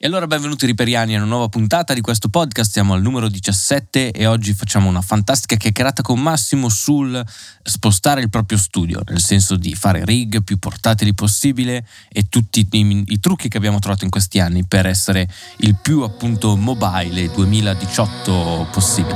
E allora benvenuti riperiani a una nuova puntata di questo podcast, siamo al numero 17 e oggi facciamo una fantastica chiacchierata con Massimo sul spostare il proprio studio, nel senso di fare rig più portatili possibile e tutti i trucchi che abbiamo trovato in questi anni per essere il più appunto mobile 2018 possibile.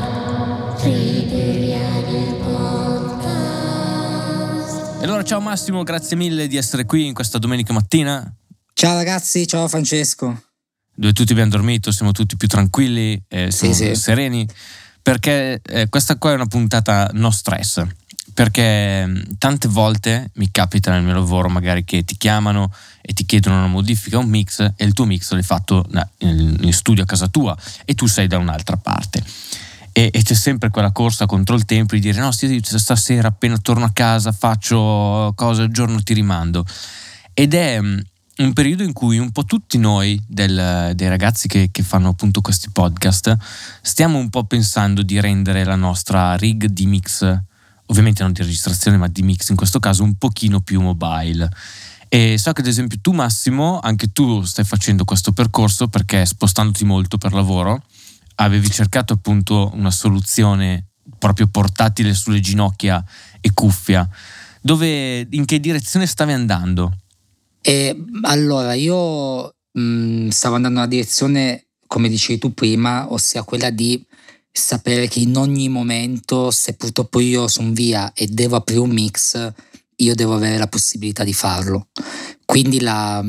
E allora ciao Massimo, grazie mille di essere qui in questa domenica mattina. Ciao ragazzi, ciao Francesco. Dove tutti abbiamo dormito, siamo tutti più tranquilli, siamo sereni, perché questa qua è una puntata no stress, perché tante volte mi capita nel mio lavoro magari che ti chiamano e ti chiedono una modifica, un mix, e il tuo mix l'hai fatto in studio a casa tua e tu sei da un'altra parte. E c'è sempre quella corsa contro il tempo di dire no, sì, stasera appena torno a casa faccio cose, il giorno ti rimando. Ed è un periodo in cui un po' tutti noi dei ragazzi che fanno appunto questi podcast stiamo un po' pensando di rendere la nostra rig di mix, ovviamente non di registrazione ma di mix in questo caso, un pochino più mobile. E so che ad esempio tu Massimo, anche tu stai facendo questo percorso perché spostandoti molto per lavoro avevi cercato appunto una soluzione proprio portatile sulle ginocchia e cuffia. In che direzione stavi andando? Allora, io stavo andando nella direzione, come dicevi tu prima, ossia quella di sapere che in ogni momento, se purtroppo io sono via e devo aprire un mix, io devo avere la possibilità di farlo. Quindi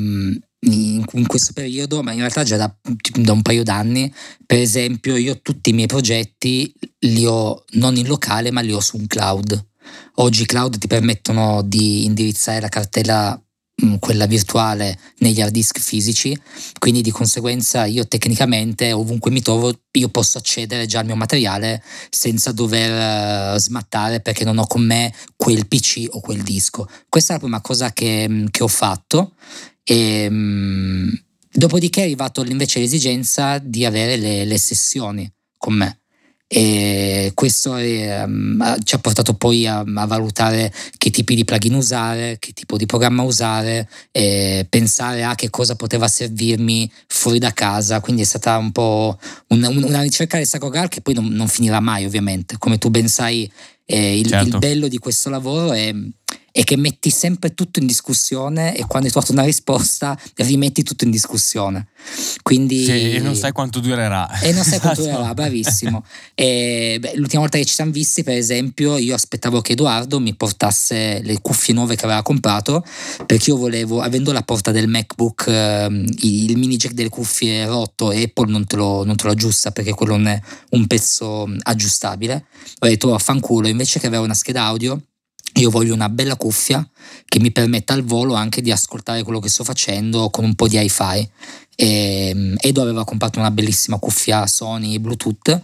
in questo periodo, ma in realtà già da un paio d'anni, per esempio, io tutti i miei progetti li ho non in locale, ma li ho su un cloud. Oggi i cloud ti permettono di indirizzare la cartella, quella virtuale, negli hard disk fisici, quindi di conseguenza io tecnicamente ovunque mi trovo io posso accedere già al mio materiale senza dover smattare perché non ho con me quel PC o quel disco. Questa è la prima cosa che ho fatto e dopodiché è arrivato invece l'esigenza di avere le sessioni con me. E questo ci ha portato poi a valutare che tipi di plugin usare, che tipo di programma usare, e pensare a che cosa poteva servirmi fuori da casa. Quindi è stata un po' una ricerca del sacro Graal che poi non finirà mai, ovviamente. Come tu ben sai, il bello di questo lavoro è che metti sempre tutto in discussione e quando hai trovato una risposta rimetti tutto in discussione. Quindi sì, e non sai quanto durerà. Durerà, bravissimo. L'ultima volta che ci siamo visti, per esempio, io aspettavo che Edoardo mi portasse le cuffie nuove che aveva comprato, perché io volevo, avendo la porta del MacBook, il mini jack delle cuffie rotto e Apple non te lo aggiusta perché quello non è un pezzo aggiustabile, ho detto affanculo, invece che avere una scheda audio io voglio una bella cuffia che mi permetta al volo anche di ascoltare quello che sto facendo con un po' di hi-fi. Edo aveva comprato una bellissima cuffia Sony Bluetooth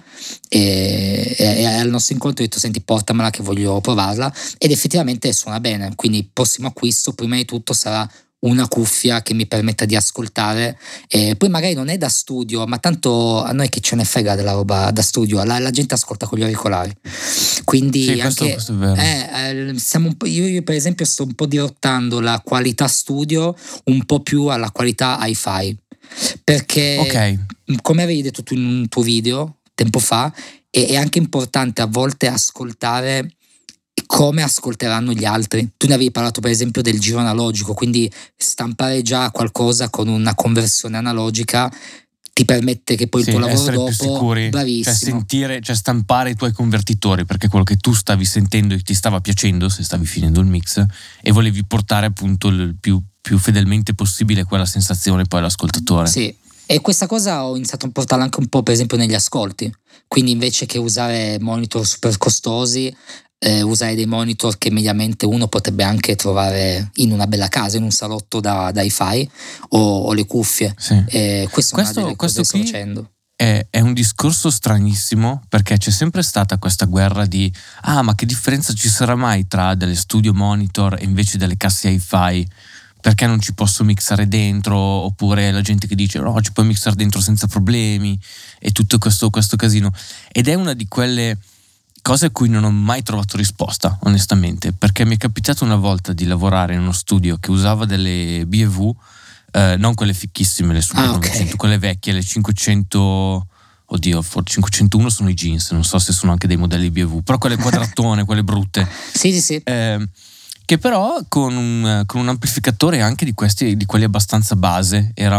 e al nostro incontro ho detto senti portamela che voglio provarla, ed effettivamente suona bene. Quindi il prossimo acquisto prima di tutto sarà una cuffia che mi permetta di ascoltare, poi magari non è da studio, ma tanto a noi che ce ne frega della roba da studio, la gente ascolta con gli auricolari, quindi sì, questo è vero. Io per esempio sto un po' dirottando la qualità studio un po' più alla qualità hi-fi, perché come avevi detto tu in un tuo video tempo fa, è anche importante a volte ascoltare come ascolteranno gli altri. Tu ne avevi parlato per esempio del giro analogico, quindi stampare già qualcosa con una conversione analogica ti permette che poi il tuo lavoro essere dopo, più sicuri, bravissimo, cioè stampare i tuoi convertitori, perché quello che tu stavi sentendo e ti stava piacendo se stavi finendo il mix e volevi portare appunto il più fedelmente possibile quella sensazione poi all'ascoltatore. Sì. E questa cosa ho iniziato a portarla anche un po' per esempio negli ascolti, quindi invece che usare monitor super costosi, usare dei monitor che mediamente uno potrebbe anche trovare in una bella casa, in un salotto da hi-fi o le cuffie. Sì. Questo è una delle cose che sto facendo. È un discorso stranissimo, perché c'è sempre stata questa guerra di ma che differenza ci sarà mai tra delle studio monitor e invece delle casse hi-fi, perché non ci posso mixare dentro, oppure la gente che dice no, ci puoi mixare dentro senza problemi, e tutto questo casino. Ed è una di quelle cose a cui non ho mai trovato risposta, onestamente, perché mi è capitato una volta di lavorare in uno studio che usava delle BV non quelle fichissime, le Super 900, ok. quelle vecchie, le 500. Oddio, 501 sono i jeans, non so se sono anche dei modelli BMW, però quelle quadratone, quelle brutte. Sì. Che però con un amplificatore anche di quelli abbastanza base, era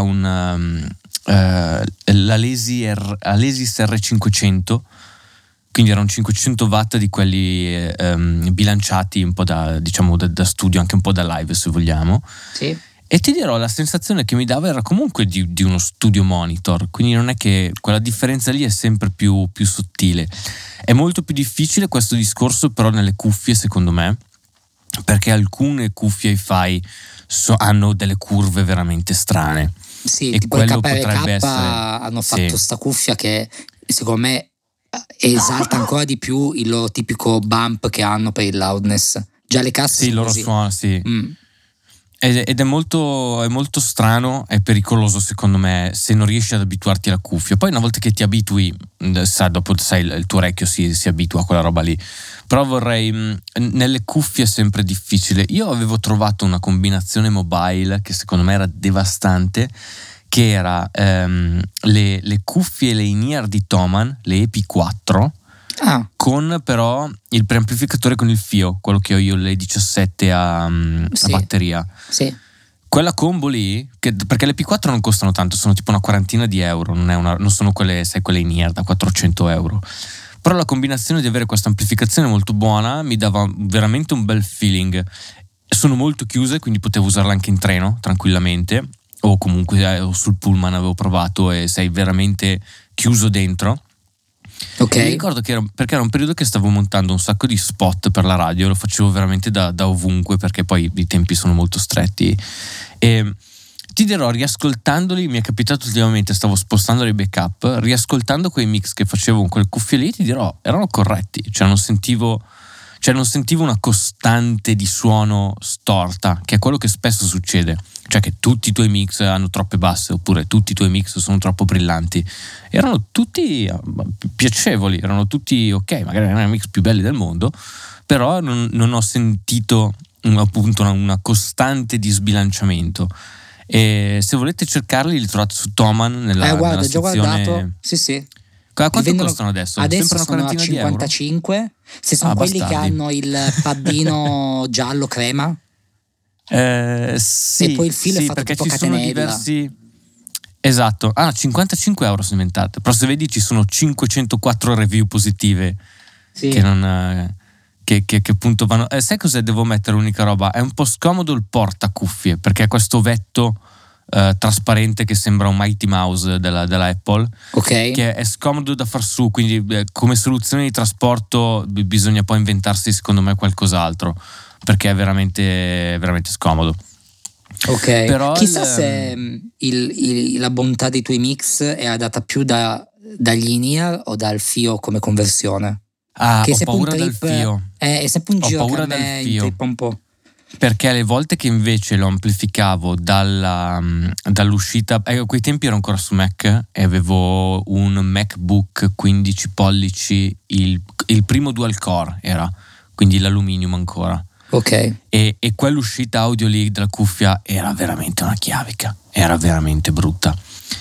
l'Alesis R500, quindi era un 500 watt di quelli bilanciati un po' da studio, anche un po' da live se vogliamo. Sì. E ti dirò, la sensazione che mi dava era comunque di uno studio monitor, quindi non è che quella differenza lì è sempre più sottile. È molto più difficile questo discorso però nelle cuffie, secondo me, perché alcune cuffie hi-fi hanno delle curve veramente strane. Sì, e tipo le quello KRK potrebbe essere, hanno fatto sì, sta cuffia che secondo me esalta ancora di più il loro tipico bump che hanno per il loudness. Già le casse sì, sono loro così. suonano, sì. Ed è molto strano, è pericoloso secondo me se non riesci ad abituarti alla cuffia. Poi una volta che ti abitui, dopo il tuo orecchio si abitua a quella roba lì. Però nelle cuffie è sempre difficile. Io avevo trovato una combinazione mobile che secondo me era devastante, che era le cuffie, le in-ear di Thomann, le EP4, con però il preamplificatore con il fio, quello che ho io, le 17 a batteria. Sì. Quella combo lì, perché le P4 non costano tanto, sono tipo una quarantina di euro, non sono quelle, sai, quelle in-ear da 400 euro. Però la combinazione di avere questa amplificazione molto buona mi dava veramente un bel feeling. Sono molto chiuse, quindi potevo usarla anche in treno tranquillamente, o comunque o sul pullman avevo provato e sei veramente chiuso dentro. Ok. Mi ricordo perché era un periodo che stavo montando un sacco di spot per la radio, lo facevo veramente da ovunque, perché poi i tempi sono molto stretti. E ti dirò, riascoltandoli, mi è capitato ultimamente, stavo spostando dei backup, riascoltando quei mix che facevo con quel cuffie lì, ti dirò, erano corretti, cioè non sentivo una costante di suono storta, che è quello che spesso succede, cioè che tutti i tuoi mix hanno troppe basse, oppure tutti i tuoi mix sono troppo brillanti. Erano tutti piacevoli, erano tutti ok, magari non erano i mix più belli del mondo, però non ho sentito appunto una costante di sbilanciamento. E se volete cercarli li trovate su Thomann Guarda, nella ho già sezione. guardato. Sì. Quanto costano adesso? Adesso Sempre una sono a quarantina di euro? 55. Se sono quelli bastardi. che hanno il paddino giallo crema. Sì, e poi il filo è fatto perché tipo ci sono catenella. diversi. Esatto, 55 euro sono diventate. Però se vedi ci sono 504 review positive, Sì. che non. Che appunto vanno. Sai cos'è? Devo mettere l'unica roba. È un po' scomodo il portacuffie, perché è questo vetto trasparente che sembra un Mighty Mouse della Apple, Ok. che è scomodo da far su, quindi come soluzione di trasporto bisogna poi inventarsi secondo me qualcos'altro, perché è veramente, veramente scomodo. Ok. Però chissà se la bontà dei tuoi mix è adatta più dagli in-ear o dal fio come conversione. Che ho paura del fio. È sempre un Ho giro che paura a me del fio. intrippa un po'. Perché le volte che invece lo amplificavo dall'uscita, a quei tempi ero ancora su Mac e avevo un MacBook 15 pollici, il primo dual core era, quindi l'aluminium ancora. Ok. E quell'uscita audio lì della cuffia era veramente una chiavica, era veramente brutta.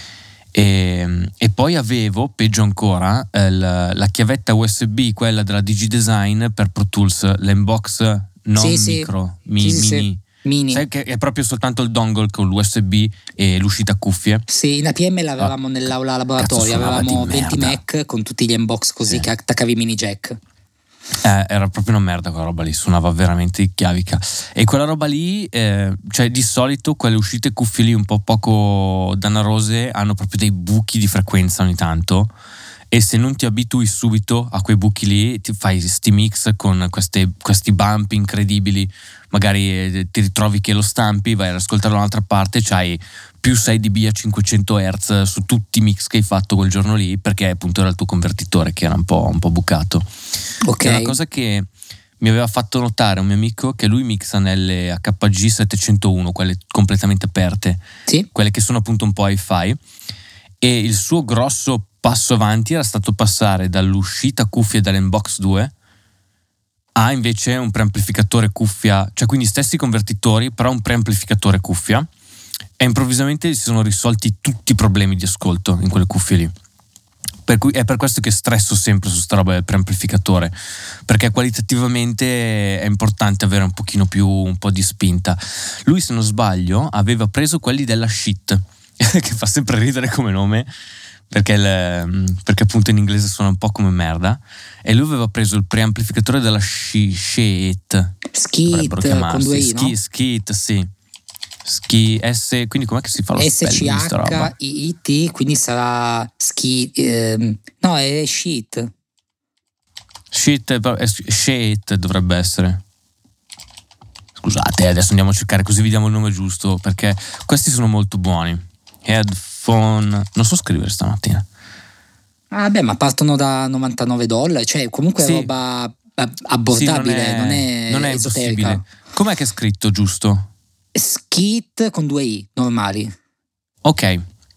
E poi avevo, peggio ancora, la chiavetta USB, quella della DigiDesign per Pro Tools, l'Enbox non micro, mini. Sai che è proprio soltanto il dongle con l'USB e l'uscita cuffie? Sì, in APM l'avevamo nell'aula laboratorio, avevamo 20 Mac con tutti gli Enbox così che attaccavi i mini jack. Era proprio una merda quella roba lì, suonava veramente chiavica. E quella roba lì, cioè di solito quelle uscite cuffie lì un po' poco danarose hanno proprio dei buchi di frequenza ogni tanto, e se non ti abitui subito a quei buchi lì ti fai sti mix con questi bump incredibili, magari ti ritrovi che lo stampi, vai ad ascoltarlo da un'altra parte, c'hai più 6 dB a 500 Hz su tutti i mix che hai fatto quel giorno lì, perché appunto era il tuo convertitore che era un po' bucato. Ok. È una cosa che mi aveva fatto notare un mio amico, che lui mixa nelle HG 701, quelle completamente aperte, sì, quelle che sono appunto un po' hi-fi, e il suo grosso passo avanti era stato passare dall'uscita cuffia dall'Enbox 2 a invece un preamplificatore cuffia, cioè quindi stessi convertitori però un preamplificatore cuffia, e improvvisamente si sono risolti tutti i problemi di ascolto in quelle cuffie lì. Per cui è per questo che stresso sempre su sta roba del preamplificatore, perché qualitativamente è importante avere un po' di spinta. Lui, se non sbaglio, aveva preso quelli della Shit, che fa sempre ridere come nome, perché appunto in inglese suona un po' come merda, e lui aveva preso il preamplificatore della Skeet, Skeet con 2 i, no? Skeet, sì. Quindi com'è che si fa lo spelling di sta roba? SCHIIT, quindi sarà no, è shit. Shit dovrebbe essere. Scusate, adesso andiamo a cercare, così vi diamo il nome giusto, perché questi sono molto buoni. Headphone, non so scrivere stamattina. Beh, ma partono da $99, cioè comunque è roba abbordabile, sì, non è esoterica. Com'è che è scritto giusto? Skeet con 2 i normali. Ok.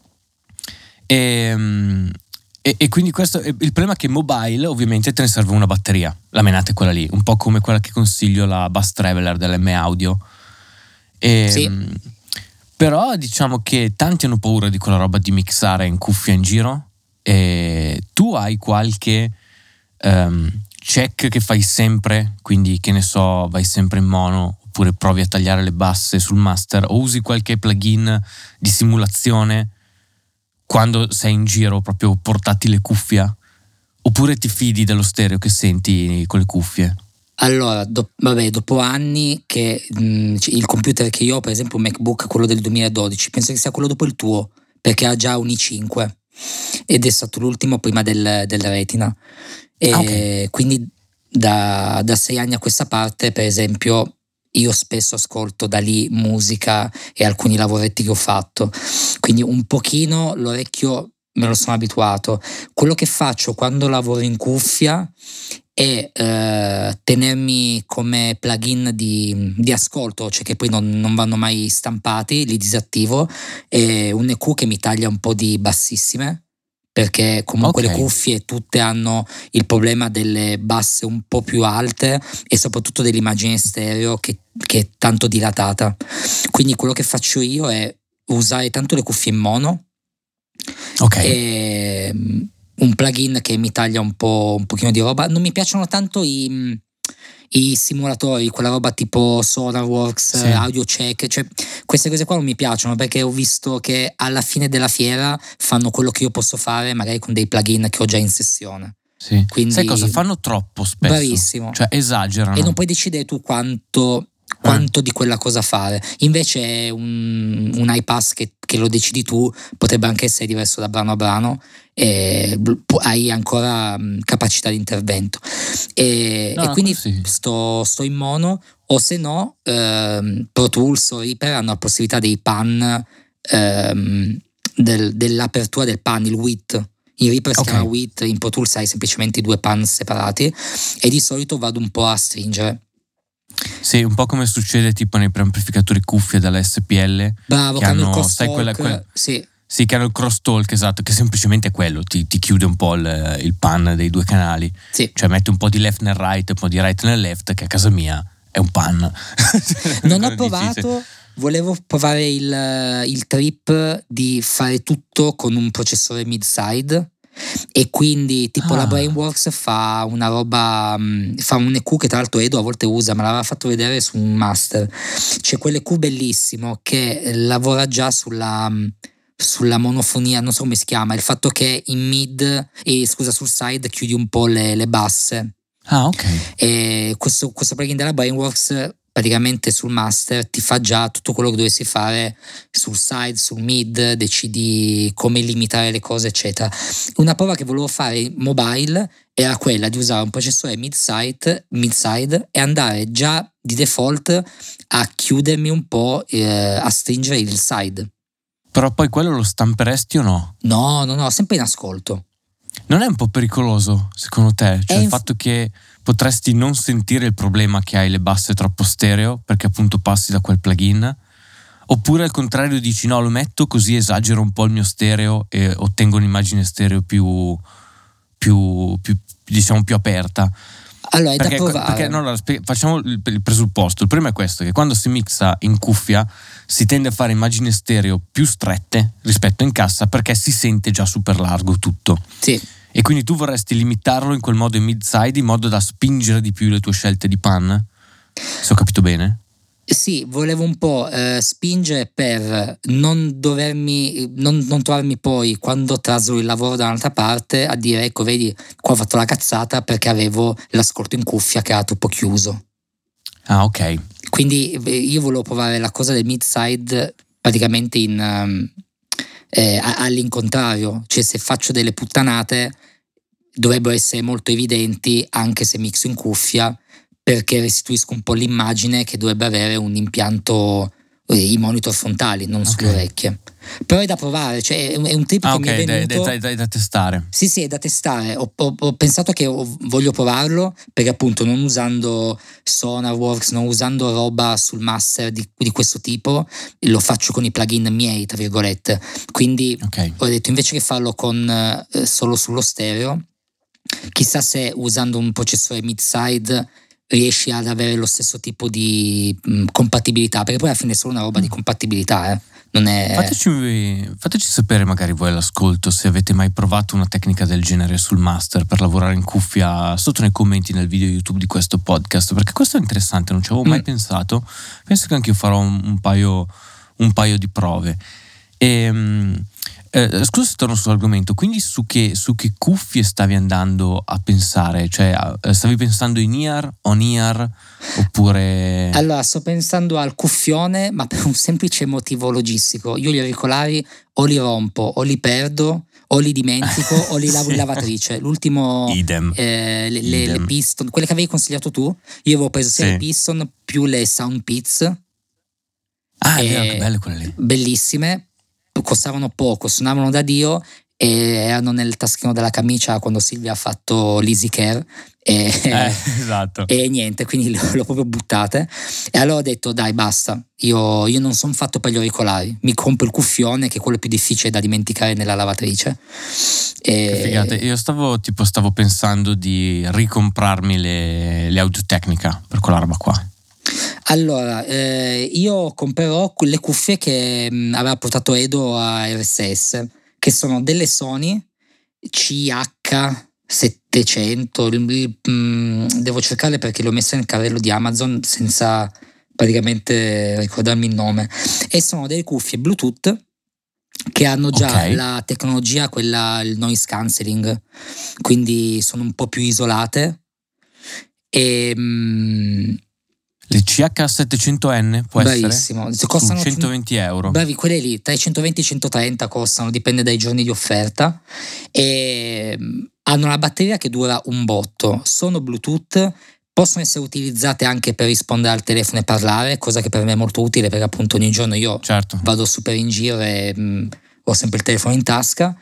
E quindi questo, il problema è che mobile ovviamente te ne serve una batteria, la menata è quella lì, un po' come quella che consiglio, la Bass Traveler dell'M Audio. Sì. Però diciamo che tanti hanno paura di quella roba di mixare in cuffia in giro. E tu hai qualche check che fai sempre, quindi che ne so, vai sempre in mono, oppure provi a tagliare le basse sul master, o usi qualche plugin di simulazione quando sei in giro, proprio portatile cuffia, oppure ti fidi dello stereo che senti con le cuffie? Allora, dopo anni che il computer che io ho, per esempio un MacBook, quello del 2012, penso che sia quello dopo il tuo, perché ha già un i5 ed è stato l'ultimo prima del Retina. E quindi da 6 anni a questa parte, per esempio, io spesso ascolto da lì musica e alcuni lavoretti che ho fatto, quindi un pochino l'orecchio me lo sono abituato. Quello che faccio quando lavoro in cuffia è tenermi come plugin di ascolto, cioè che poi non vanno mai stampati, li disattivo, e un EQ che mi taglia un po' di bassissime, perché comunque le cuffie tutte hanno il problema delle basse un po' più alte e soprattutto dell'immagine stereo che è tanto dilatata. Quindi quello che faccio io è usare tanto le cuffie in mono, e un plugin che mi taglia un pochino di roba. Non mi piacciono tanto i simulatori, quella roba tipo SonarWorks, Audio Check, cioè queste cose qua non mi piacciono, perché ho visto che alla fine della fiera fanno quello che io posso fare magari con dei plugin che ho già in sessione. Sì. Quindi, sai cosa? Fanno troppo spesso. Bravissimo. Cioè esagerano. E non puoi decidere tu quanto di quella cosa fare. Invece un iPass che lo decidi tu potrebbe anche essere diverso da brano a brano, e hai ancora capacità di intervento, e quindi sto in mono, o se no Pro Tools o Reaper hanno la possibilità dei pan, dell'apertura del pan, il width. In Reaper si chiama width, in Pro Tools hai semplicemente i 2 pan separati, e di solito vado un po' a stringere. Sì, un po' come succede tipo nei preamplificatori cuffie della SPL. Bravo, che hanno il crosstalk. Sì, che hanno il crosstalk, esatto, che semplicemente è quello, ti chiude un po' il pan dei 2 canali. Sì. Cioè metti un po' di left nel right, un po' di right nel left, che a casa mia è un pan. Non ho provato, volevo provare il trip di fare tutto con un processore mid-side, e quindi tipo la Brainworks fa una roba, fa un EQ che tra l'altro Edo a volte usa, me l'aveva fatto vedere su un master. C'è quell'EQ bellissimo che lavora già sulla monofonia, non so come si chiama, il fatto che in mid sul side chiudi un po' le basse. E questo plugin della Brainworks praticamente sul master ti fa già tutto quello che dovessi fare sul side, sul mid, decidi come limitare le cose, eccetera. Una prova che volevo fare mobile era quella di usare un processore mid-side e andare già di default a chiudermi un po', a stringere il side. Però poi quello lo stamperesti o no? No, sempre in ascolto. Non è un po' pericoloso, secondo te? Cioè il fatto che potresti non sentire il problema che hai le basse troppo stereo, perché appunto passi da quel plugin? Oppure al contrario dici no, lo metto così esagero un po' il mio stereo e ottengo un'immagine stereo più diciamo più aperta? Allora, è perché, da provare. Perché no, allora, facciamo il presupposto. Il primo è questo, che quando si mixa in cuffia si tende a fare immagini stereo più strette rispetto in cassa, perché si sente già super largo tutto. Sì. E quindi tu vorresti limitarlo in quel modo in mid-side, in modo da spingere di più le tue scelte di pan? Se ho capito bene? Sì, volevo un po' spingere per non trovarmi poi, quando traslo il lavoro da un'altra parte, a dire ecco vedi qua ho fatto la cazzata perché avevo l'ascolto in cuffia che era troppo chiuso. Ah, ok. Quindi io volevo provare la cosa del mid-side praticamente all'incontrario, cioè se faccio delle puttanate dovrebbero essere molto evidenti anche se mixo in cuffia, perché restituisco un po' l'immagine che dovrebbe avere un impianto, i monitor frontali, non sulle orecchie. Però è da provare, cioè è un trip che mi è venuto. È da testare. Sì, è da testare. Ho pensato che voglio provarlo perché appunto non usando Sonarworks, non usando roba sul master di questo tipo, lo faccio con i plugin miei, tra virgolette. Quindi ho detto invece che farlo con solo sullo stereo, chissà se usando un processore mid-side riesci ad avere lo stesso tipo di compatibilità, perché poi alla fine è solo una roba di compatibilità, non è... Fateci sapere magari voi all'ascolto se avete mai provato una tecnica del genere sul master per lavorare in cuffia, sotto nei commenti nel video YouTube di questo podcast, perché questo è interessante, non ci avevo mai pensato. Penso che anche io farò un paio di prove. Scusa se torno sull'argomento, quindi su che cuffie stavi andando a pensare? Cioè stavi pensando in ear, on ear, oppure... Allora sto pensando al cuffione, ma per un semplice motivo logistico. Io gli auricolari o li rompo o li perdo o li dimentico o li lavo in lavatrice. L'ultimo Idem. Le Piston, quelle che avevi consigliato tu, io avevo preso sia le Piston più le Soundpeats. Ah, è vero, che belle quelle lì. Bellissime, costavano poco, suonavano da Dio e erano nel taschino della camicia quando Silvia ha fatto l'Easy Care esatto. E niente, quindi l'ho proprio buttate e allora ho detto dai basta, io non sono fatto per gli auricolari, mi compro il cuffione che è quello più difficile da dimenticare nella lavatrice. Che figata, io stavo pensando di ricomprarmi le Audio-Technica per quella roba qua. Allora, io comprerò le cuffie che aveva portato Edo a RSS, che sono delle Sony CH700, devo cercarle perché le ho messe nel carrello di Amazon senza praticamente ricordarmi il nome, e sono delle cuffie Bluetooth che hanno già la tecnologia, quella, il noise cancelling, quindi sono un po' più isolate e... Le CH700N può bravissimo. essere? Costano 120 euro. Bravi, quelle lì, tra i 120 e i 130 costano, dipende dai giorni di offerta. E hanno una batteria che dura un botto, sono Bluetooth, possono essere utilizzate anche per rispondere al telefono e parlare, cosa che per me è molto utile perché appunto ogni giorno io vado super in giro e ho sempre il telefono in tasca.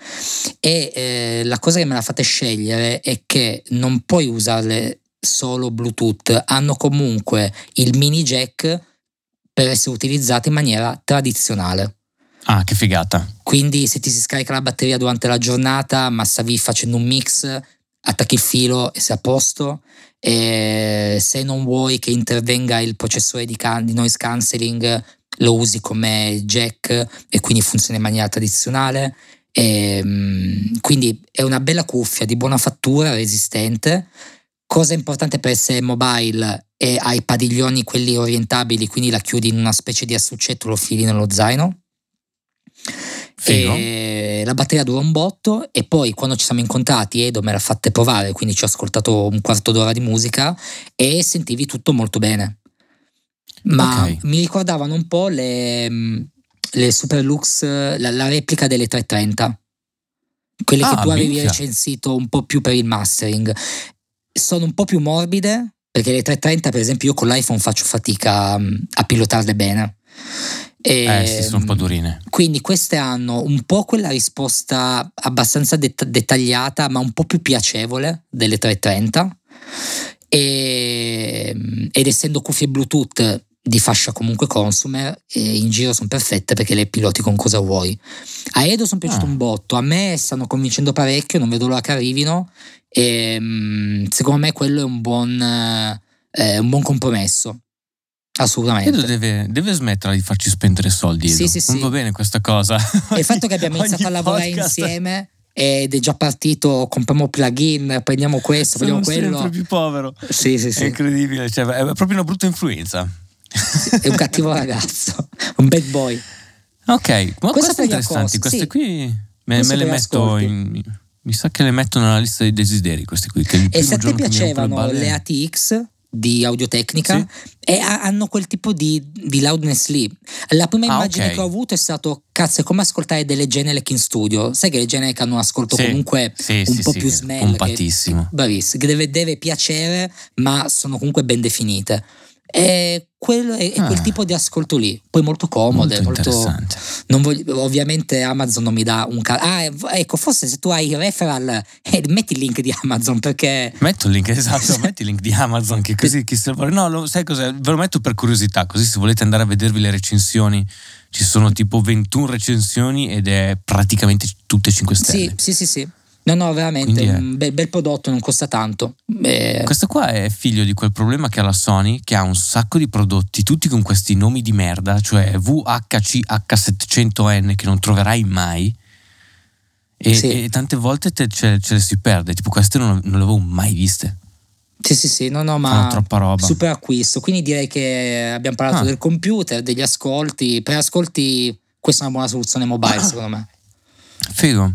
E la cosa che me la fate scegliere è che non puoi usarle solo Bluetooth, hanno comunque il mini jack per essere utilizzati in maniera tradizionale. Ah, che figata. Quindi se ti si scarica la batteria durante la giornata, ma stavi facendo un mix, attacchi il filo e sei a posto. E se non vuoi che intervenga il processore di noise cancelling, lo usi come jack e quindi funziona in maniera tradizionale. Quindi è una bella cuffia di buona fattura, resistente. Cosa importante per essere mobile è ai padiglioni quelli orientabili, quindi la chiudi in una specie di astuccetto, lo fili nello zaino. Figo. E la batteria dura un botto e poi quando ci siamo incontrati Edo me l'ha fatte provare, quindi ci ho ascoltato un quarto d'ora di musica e sentivi tutto molto bene. Ma mi ricordavano un po' le Superlux, la replica delle 330, quelle che tu avevi recensito un po' più per il mastering. Sono un po' più morbide perché le 330 per esempio io con l'iPhone faccio fatica a pilotarle bene. Sì, sono un po' durine. Quindi queste hanno un po' quella risposta abbastanza dettagliata ma un po' più piacevole delle 330 ed essendo cuffie Bluetooth di fascia comunque consumer, e in giro sono perfette perché le piloti con cosa vuoi. A Edo sono piaciuto un botto, a me stanno convincendo parecchio, non vedo l'ora che arrivino, e secondo me quello è un buon compromesso, assolutamente. Edo deve smettere di farci spendere soldi, Edo. Sì. Non va bene questa cosa. E il fatto che abbiamo iniziato a lavorare insieme ed è già partito, compriamo plugin, prendiamo questo, prendiamo quello. Sono sempre più povero. Sì. È incredibile, cioè, è proprio una brutta influenza. È un cattivo ragazzo, un bad boy. Ok, ma queste interessanti, queste qui me le metto mi sa che le metto nella lista dei desideri, queste qui. E se a te piacevano le ATX di Audio-Tecnica, e hanno quel tipo di loudness lì. La prima immagine che ho avuto è stato, cazzo, è come ascoltare delle Genelec in studio. Sai che le Genelec hanno un ascolto comunque un po' più smell, pompatissimo, bravissimo, che deve piacere, ma sono comunque ben definite. E quello è quel tipo di ascolto lì, poi molto comode, molto interessante. Ovviamente Amazon non mi dà un ecco, forse se tu hai il referral, metti il link di Amazon, perché metto il link, esatto, metti il link di Amazon, che così chi se vuole. No, sai cos'è? Ve lo metto per curiosità, così se volete andare a vedervi le recensioni, ci sono tipo 21 recensioni ed è praticamente tutte 5 stelle. Sì. No, veramente un bel prodotto, non costa tanto. Questo qua è figlio di quel problema che ha la Sony, che ha un sacco di prodotti, tutti con questi nomi di merda, cioè VHCH700N, che non troverai mai, e tante volte ce le si perde, tipo queste non le avevo mai viste. Sì, no, ma fanno troppa roba. Super acquisto, quindi direi che abbiamo parlato del computer, degli ascolti. Per ascolti questa è una buona soluzione mobile, secondo me. Figo.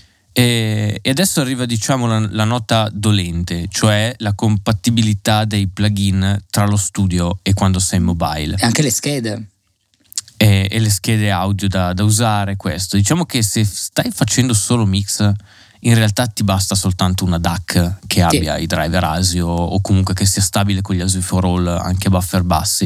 E adesso arriva, diciamo, la nota dolente, cioè la compatibilità dei plugin tra lo studio e quando sei mobile. E anche le schede. E le schede audio da usare, questo. Diciamo che se stai facendo solo mix, in realtà ti basta soltanto una DAC che abbia i driver ASIO, o comunque che sia stabile con gli ASIO for All, anche a buffer bassi.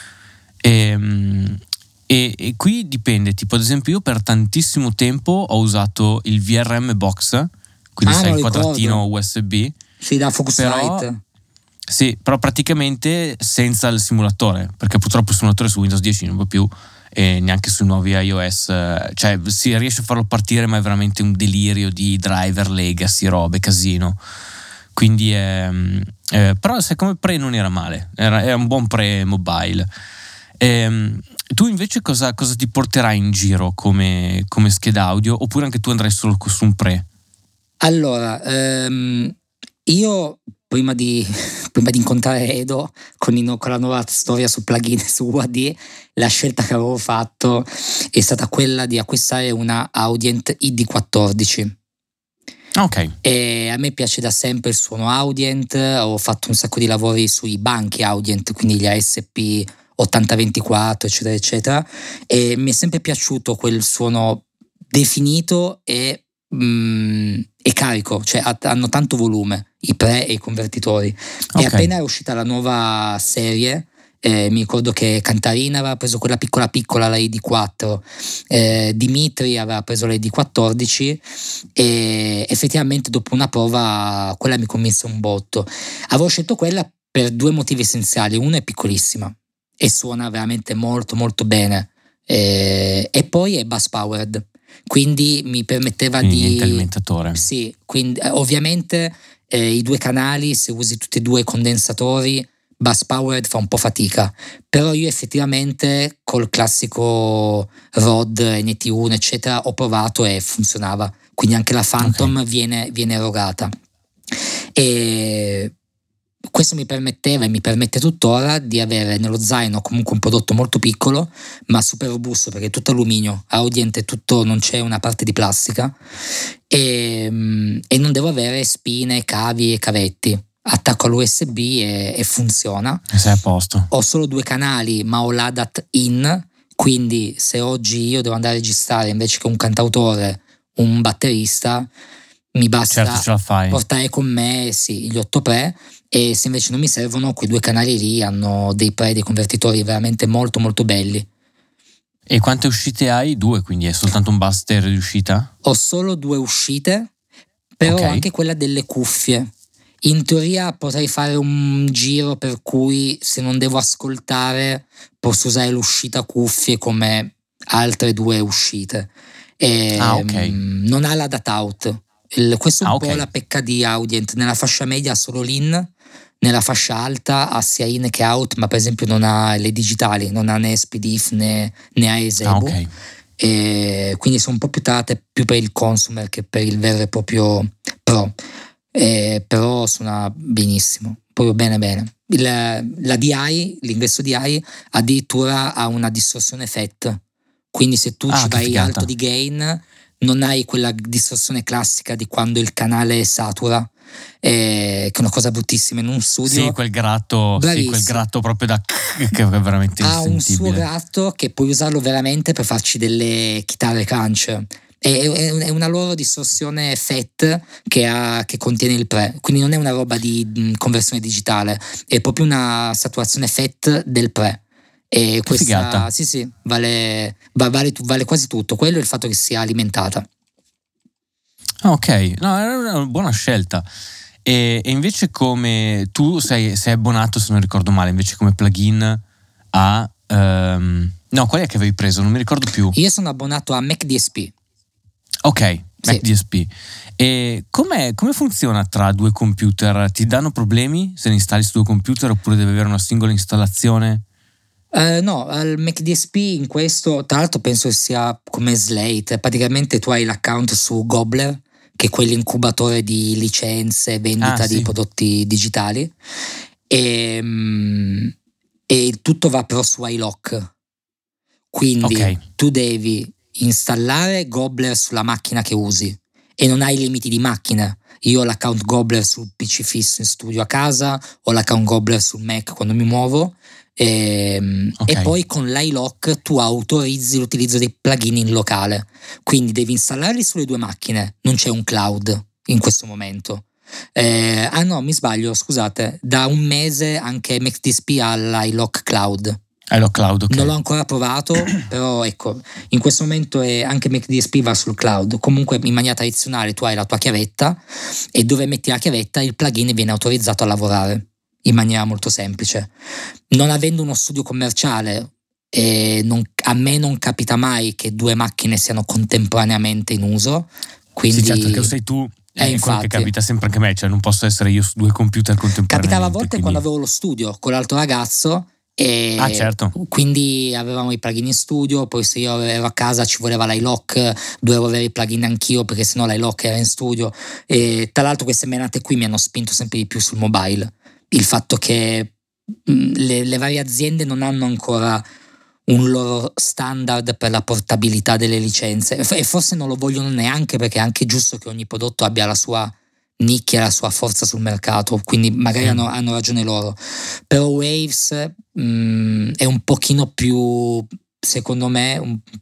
E qui dipende, tipo ad esempio io per tantissimo tempo ho usato il VRM Box, quindi sai il quadratino USB. Sì, da Focusrite. Sì, però praticamente senza il simulatore, perché purtroppo il simulatore su Windows 10 non va più, e neanche sui nuovi iOS, cioè si riesce a farlo partire, ma è veramente un delirio di driver, legacy, robe, casino. Quindi però sai, come pre non era male, era un buon pre mobile. Tu invece cosa ti porterai in giro come scheda audio, oppure anche tu andrai solo su un pre? Allora, io prima di incontrare Edo con la nuova storia su plugin su UAD, la scelta che avevo fatto è stata quella di acquistare una Audient ID14. Ok. E a me piace da sempre il suono Audient, ho fatto un sacco di lavori sui banchi Audient, quindi gli ASP 8024 eccetera eccetera, e mi è sempre piaciuto quel suono definito e carico, cioè hanno tanto volume i pre e i convertitori. E appena è uscita la nuova serie, mi ricordo che Cantarina aveva preso quella piccola, la ID4, Dimitri aveva preso la ID14, e effettivamente dopo una prova quella mi convinse un botto. Avevo scelto quella per due motivi essenziali: uno, è piccolissima e suona veramente molto molto bene, e poi è bass powered, quindi mi permetteva niente alimentatore. Sì, quindi ovviamente i due canali, se usi tutti e due i condensatori, bass powered fa un po' fatica, però io effettivamente col classico Rode NT1 eccetera ho provato e funzionava, quindi anche la Phantom viene erogata, e questo mi permetteva e mi permette tuttora di avere nello zaino comunque un prodotto molto piccolo ma super robusto, perché è tutto alluminio, Audient è tutto, non c'è una parte di plastica, e non devo avere spine, cavi e cavetti. Attacco all'USB e funziona. E sei a posto. Ho solo due canali, ma ho l'ADAT in, quindi se oggi io devo andare a registrare invece che un cantautore, un batterista, mi basta portare con me gli 8 pre, e se invece non mi servono, quei due canali lì hanno dei pre, dei convertitori veramente molto molto belli. E quante uscite hai? 2, quindi è soltanto un bus stereo di uscita? Ho solo 2 uscite, però anche quella delle cuffie, In teoria potrei fare un giro per cui se non devo ascoltare posso usare l'uscita cuffie come altre 2 uscite. Ok. Non ha la data out. Questo è un po' Ok. la pecca di Audient. Nella fascia media ha solo l'in, nella fascia alta ha sia in che out, ma per esempio non ha le digitali, non ha né SPDIF né AESEBU. Ok. E quindi sono un po' più tratte più per il consumer che per il vero e proprio pro. Però suona benissimo, proprio bene. La DI, l'ingresso DI addirittura ha una distorsione FET, quindi se tu ci Che vai figata. alto di gain non hai quella distorsione classica di quando il canale satura, che è una cosa bruttissima in un studio. Sì, quel gratto proprio da che è veramente ha un insentibile. suo gratto che puoi usarlo veramente per farci delle chitarre crunch. È una loro distorsione FET che contiene il pre, quindi non è una roba di conversione digitale, è proprio una saturazione FET del pre. E questa figata. sì, vale quasi tutto. Quello è il fatto che sia alimentata. Ok, no, è una buona scelta. E invece come tu sei abbonato, se non ricordo male, invece come plugin a no, qual è che avevi preso? Non mi ricordo più. Io sono abbonato a MacDSP. Ok, MacDSP. E come funziona tra 2 computer? Ti danno problemi se ne installi su 2 computer oppure deve avere una singola installazione? No, al MacDSP in questo, tra l'altro penso sia come Slate, praticamente tu hai l'account su Gobbler, che è quell'incubatore di licenze, vendita di prodotti digitali, e tutto va però su iLock. Quindi tu devi installare Gobbler sulla macchina che usi e non hai limiti di macchina. Io ho l'account Gobbler sul PC fisso in studio a casa, ho l'account Gobbler sul Mac quando mi muovo. E poi con l'iLock tu autorizzi l'utilizzo dei plugin in locale, quindi devi installarli sulle 2 macchine, non c'è un cloud in questo momento. No, mi sbaglio, scusate, da un mese anche MacDSP ha l'iLock Cloud. Cloud, ok. Non l'ho ancora provato, però ecco, in questo momento anche MacDSP va sul cloud. Comunque in maniera tradizionale tu hai la tua chiavetta e dove metti la chiavetta il plugin viene autorizzato a lavorare in maniera molto semplice. Non avendo uno studio commerciale, a me non capita mai che 2 macchine siano contemporaneamente in uso. Quindi, sì, certo, che lo sei tu. È quello che capita sempre anche a me, cioè non posso essere io su 2 computer contemporaneamente. Capitava a volte quando avevo lo studio con l'altro ragazzo. Certo. Quindi avevamo i plugin in studio, poi se io ero a casa ci voleva l'iLock, dovevo avere i plugin anch'io perché sennò l'iLock era in studio. E tra l'altro queste menate qui mi hanno spinto sempre di più sul mobile, il fatto che le varie aziende non hanno ancora un loro standard per la portabilità delle licenze e forse non lo vogliono neanche, perché è anche giusto che ogni prodotto abbia la sua nicchia, la sua forza sul mercato, quindi magari hanno ragione loro. Però Waves è un pochino più, secondo me,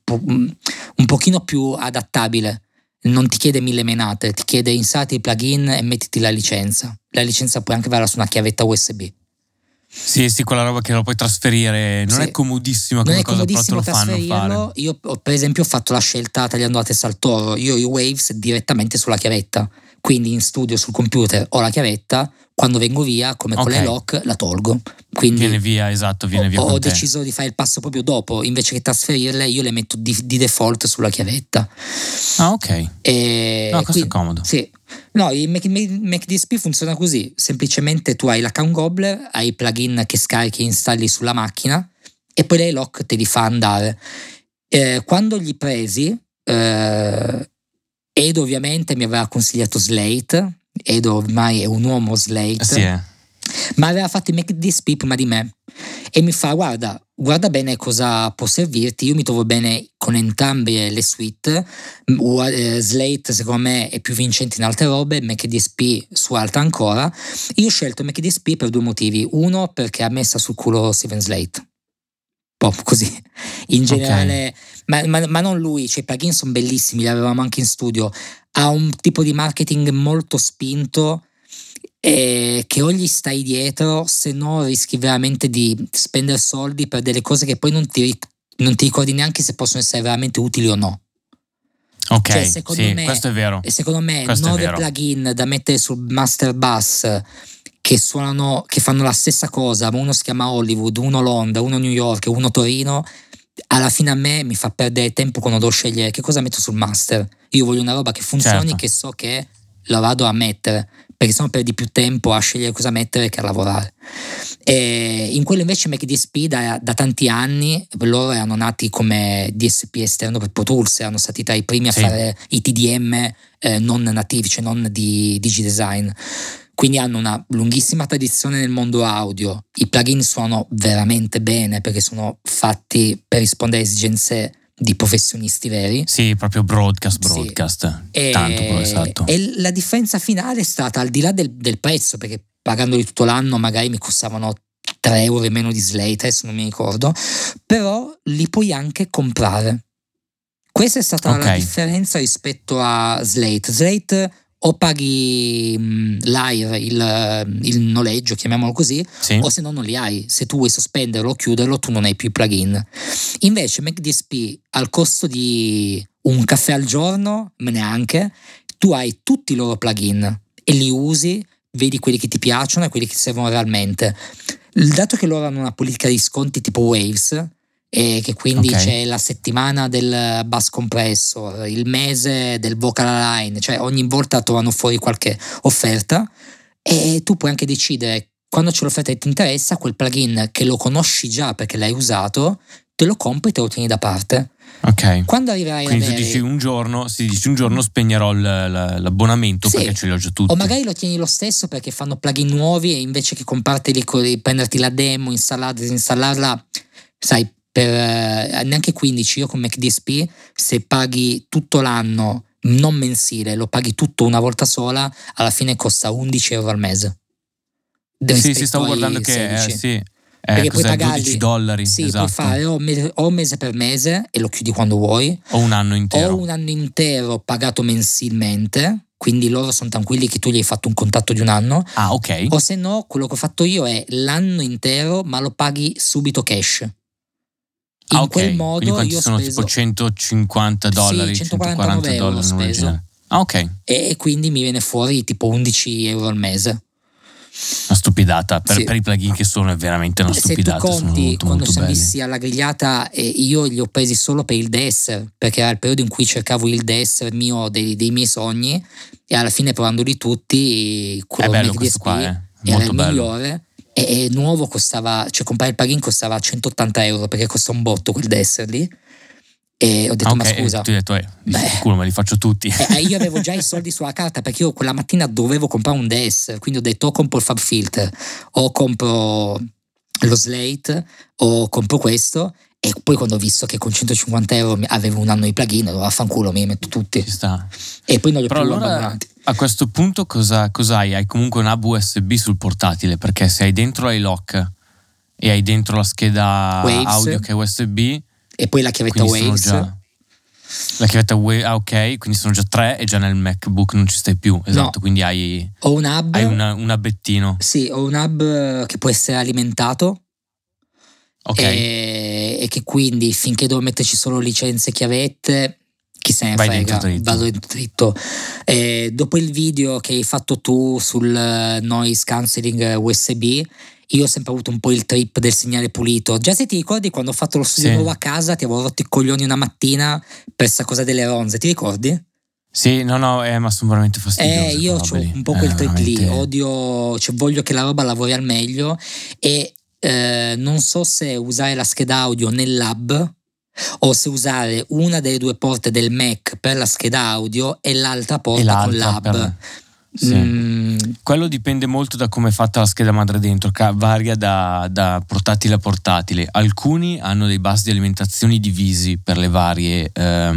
un pochino più adattabile. Non ti chiede 1000 menate, ti chiede inserti il plugin e mettiti la licenza puoi anche averla su una chiavetta USB. Sì, quella roba che lo puoi trasferire non è comodissima come cosa, però te lo fanno fare. Io per esempio ho fatto la scelta tagliando la testa al toro, io i Waves direttamente sulla chiavetta, quindi in studio sul computer ho la chiavetta, quando vengo via come con l'iLock la tolgo, quindi viene via. Ho deciso di fare il passo proprio dopo, invece che trasferirle io le metto di default sulla chiavetta. Ok. No, questo è comodo. Sì. No, il MacDSP funziona così, semplicemente tu hai l'account Gobbler, hai i plugin che scarichi e installi sulla macchina e poi l'iLock te li fa andare. Quando gli presi, Edo ovviamente mi aveva consigliato Slate, Edo ormai è un uomo Slate, ma aveva fatto il MacDSP prima di me e mi fa guarda bene cosa può servirti, io mi trovo bene con entrambe le suite. Slate secondo me è più vincente in altre robe, MacDSP su altre ancora. Io ho scelto MacDSP per 2 motivi: uno perché ha messa sul culo Steven Slate, così in generale, ma non lui, cioè i plugin sono bellissimi, li avevamo anche in studio. Ha un tipo di marketing molto spinto che o gli stai dietro, se no rischi veramente di spendere soldi per delle cose che poi non ti ricordi neanche se possono essere veramente utili o no. Ok, cioè, secondo sì, me, questo è vero. E secondo me Questo è 9 vero. plugin da mettere sul master bus che suonano, che fanno la stessa cosa, ma uno si chiama Hollywood, uno Londra, uno New York, uno Torino, alla fine a me mi fa perdere tempo quando devo scegliere che cosa metto sul master. Io voglio una roba che funzioni, Certo. che so che la vado a mettere, perché sennò perdi più tempo a scegliere cosa mettere che a lavorare. E in quello invece MacDSP da tanti anni, loro erano nati come DSP esterno per Pro Tools, erano stati tra i primi a Sì. fare i TDM non nativi, cioè non di DigiDesign. Quindi hanno una lunghissima tradizione nel mondo audio. I plugin suonano veramente bene perché sono fatti per rispondere a esigenze di professionisti veri. Sì, proprio broadcast. Sì. Tanto esatto. E la differenza finale è stata al di là del prezzo, perché pagandoli tutto l'anno magari mi costavano 3 euro in meno di Slate, adesso non mi ricordo, però li puoi anche comprare. Questa è stata la differenza rispetto a Slate. Slate o paghi l'AIR, il noleggio, chiamiamolo così, sì. o se no non li hai. Se tu vuoi sospenderlo o chiuderlo, tu non hai più i plugin. Invece MacDSP al costo di un caffè al giorno, neanche, tu hai tutti i loro plugin e li usi, vedi quelli che ti piacciono e quelli che ti servono realmente. Il dato che loro hanno una politica di sconti tipo Waves, e che quindi c'è la settimana del bass compressor, il mese del vocal align, cioè ogni volta trovano fuori qualche offerta e tu puoi anche decidere quando c'è l'offerta che ti interessa, quel plugin che lo conosci già perché l'hai usato, te lo compri e te lo tieni da parte. Ok. Quando arriverai quindi ad avere... dici un giorno spegnerò l'abbonamento, sì, perché ce li ho già tutti. O magari lo tieni lo stesso perché fanno plugin nuovi e invece che comprarteli, prenderti la demo, disinstallarla, sai, per neanche 15. Io con MacDSP, se paghi tutto l'anno, non mensile, lo paghi tutto una volta sola, alla fine costa 11 euro al mese. Sì, stavo guardando che sì. Perché puoi pagarli $12. Sì, esatto. puoi fare o mese per mese e lo chiudi quando vuoi, o un anno intero, o un anno intero pagato mensilmente, quindi loro sono tranquilli che tu gli hai fatto un contratto di un anno. Ok. O se no, quello che ho fatto io è l'anno intero, ma lo paghi subito cash. In quel modo quindi quanti io ho sono speso tipo $150, sì, 149 euro ho speso. Ok. E quindi mi viene fuori tipo 11 euro al mese. Una stupidata per Sì. i plugin che sono, è veramente una stupidata. Se tu conti, sono molto, quando molto siamo belli. visti alla grigliata, io li ho presi solo per il DSR, perché era il periodo in cui cercavo il DSR mio dei miei sogni, e alla fine provandoli tutti, quello è bello MacDSP questo qua, era molto il bello. migliore. E nuovo costava, cioè comprare il plugin costava 180 euro perché costa un botto quel DSR lì. E ho detto, ma scusa, tu hai detto, sicuro me li faccio tutti. Io avevo già i soldi sulla carta perché io quella mattina dovevo comprare un DS, quindi ho detto o compro il Fab Filter o compro lo Slate o compro questo. E poi quando ho visto che con 150 euro avevo un anno di plugin, allora vaffanculo, mi metto tutti. Ci sta. E poi non li ho Però più allora, abbandonati. A questo punto cosa hai? Hai comunque un hub USB sul portatile, perché se hai dentro l'iLock e hai dentro la scheda Waves, audio che è USB e poi la chiavetta Waves. La chiavetta Waves, ok, quindi sono già 3 e già nel MacBook non ci stai più. Esatto, no. Quindi hai un hub. Hai un hubbettino. Sì, ho un hub che può essere alimentato. Ok. E che quindi finché devo metterci solo licenze e chiavette, chi se ne frega, vado dentro dritto. Dopo il video che hai fatto tu sul noise cancelling USB, io ho sempre avuto un po' il trip del segnale pulito. Già, se ti ricordi quando ho fatto lo studio nuovo a casa, ti avevo rotto i coglioni una mattina per sta cosa delle ronze, ti ricordi? Sì, no, ma sono veramente fastidioso. Io ho un po' quel trip lì, odio, cioè voglio che la roba lavori al meglio e non so se usare la scheda audio nel lab o se usare una delle due porte del Mac per la scheda audio e l'altra porta con l'hub. Sì. Quello dipende molto da come è fatta la scheda madre dentro, varia da portatile a portatile. Alcuni hanno dei bus di alimentazione divisi per le varie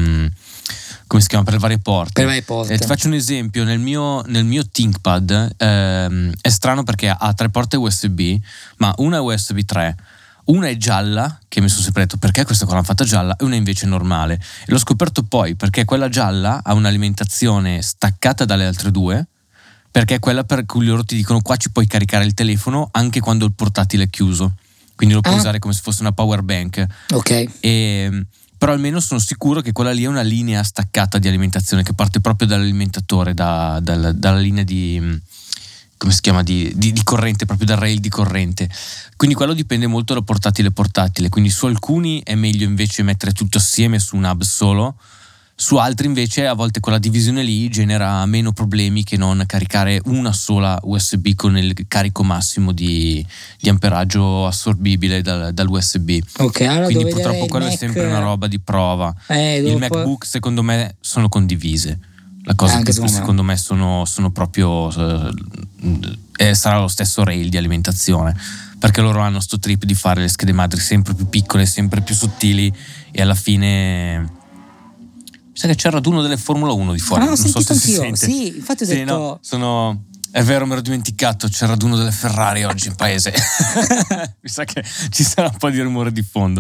come si chiama? Per le varie porte. Ti faccio un esempio: nel mio ThinkPad è strano perché ha 3 porte USB, ma una è USB 3, una è gialla, che mi sono sempre detto perché questa qua l'hanno fatta gialla, e una invece è normale. E l'ho scoperto poi perché quella gialla ha un'alimentazione staccata dalle altre due, perché è quella per cui loro ti dicono qua ci puoi caricare il telefono anche quando il portatile è chiuso, quindi lo puoi usare come se fosse una power bank. Ok. E però almeno sono sicuro che quella lì è una linea staccata di alimentazione che parte proprio dall'alimentatore, dalla linea di, come si chiama, di corrente, proprio dal rail di corrente. Quindi quello dipende molto da portatile portatile, quindi su alcuni è meglio invece mettere tutto assieme su un hub solo, su altri invece a volte quella divisione lì genera meno problemi che non caricare una sola USB con il carico massimo di amperaggio assorbibile dall'USB. Ok, allora quindi purtroppo quello è sempre una roba di prova. Il MacBook secondo me sono condivise. La cosa che secondo me sono proprio sarà lo stesso rail di alimentazione, perché loro hanno sto trip di fare le schede madri sempre più piccole, sempre più sottili, e alla fine mi sa che c'è il raduno delle Formula 1 di fuori. Non so se si sente. Sì, infatti ho detto... È vero, mi ero dimenticato, c'è il raduno delle Ferrari oggi in paese. Mi sa che ci sarà un po' di rumore di fondo.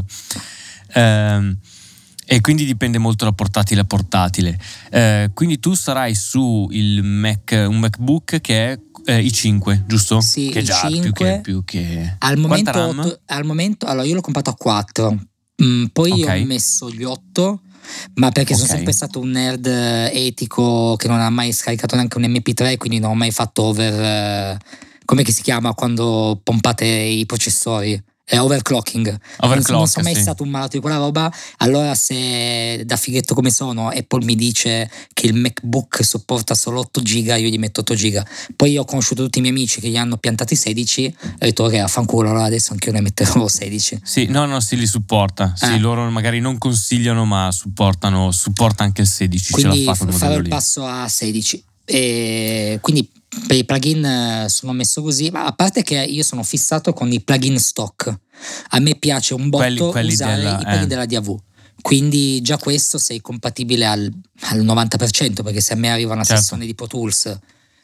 E quindi dipende molto da portatile a portatile. Quindi tu sarai su un MacBook che è i5, giusto? Sì, che è già i5, più che... Al momento, allora io l'ho comprato a 4, poi io ho messo gli 8, ma perché sono sempre stato un nerd etico che non ha mai scaricato neanche un MP3, quindi non ho mai fatto come si chiama quando pompate i processori? Overclocking. Non sono mai stato un malato di quella roba. Allora, se da fighetto come sono Apple mi dice che il MacBook sopporta solo 8 giga, io gli metto 8 giga. Poi io ho conosciuto tutti i miei amici che gli hanno piantati 16, ho detto ok, affanculo, allora adesso anche io ne metterò 16. Sì, no, sì, li supporta. Sì, loro magari non consigliano, ma supporta anche il 16. Quindi ce l'ha fatto farò il lì. passo a 16. E quindi per i plugin sono messo così, ma a parte che io sono fissato con i plugin stock, a me piace un botto quelli usare i plugin della DAW, quindi già questo sei compatibile al 90%, perché se a me arriva una sessione di Pro Tools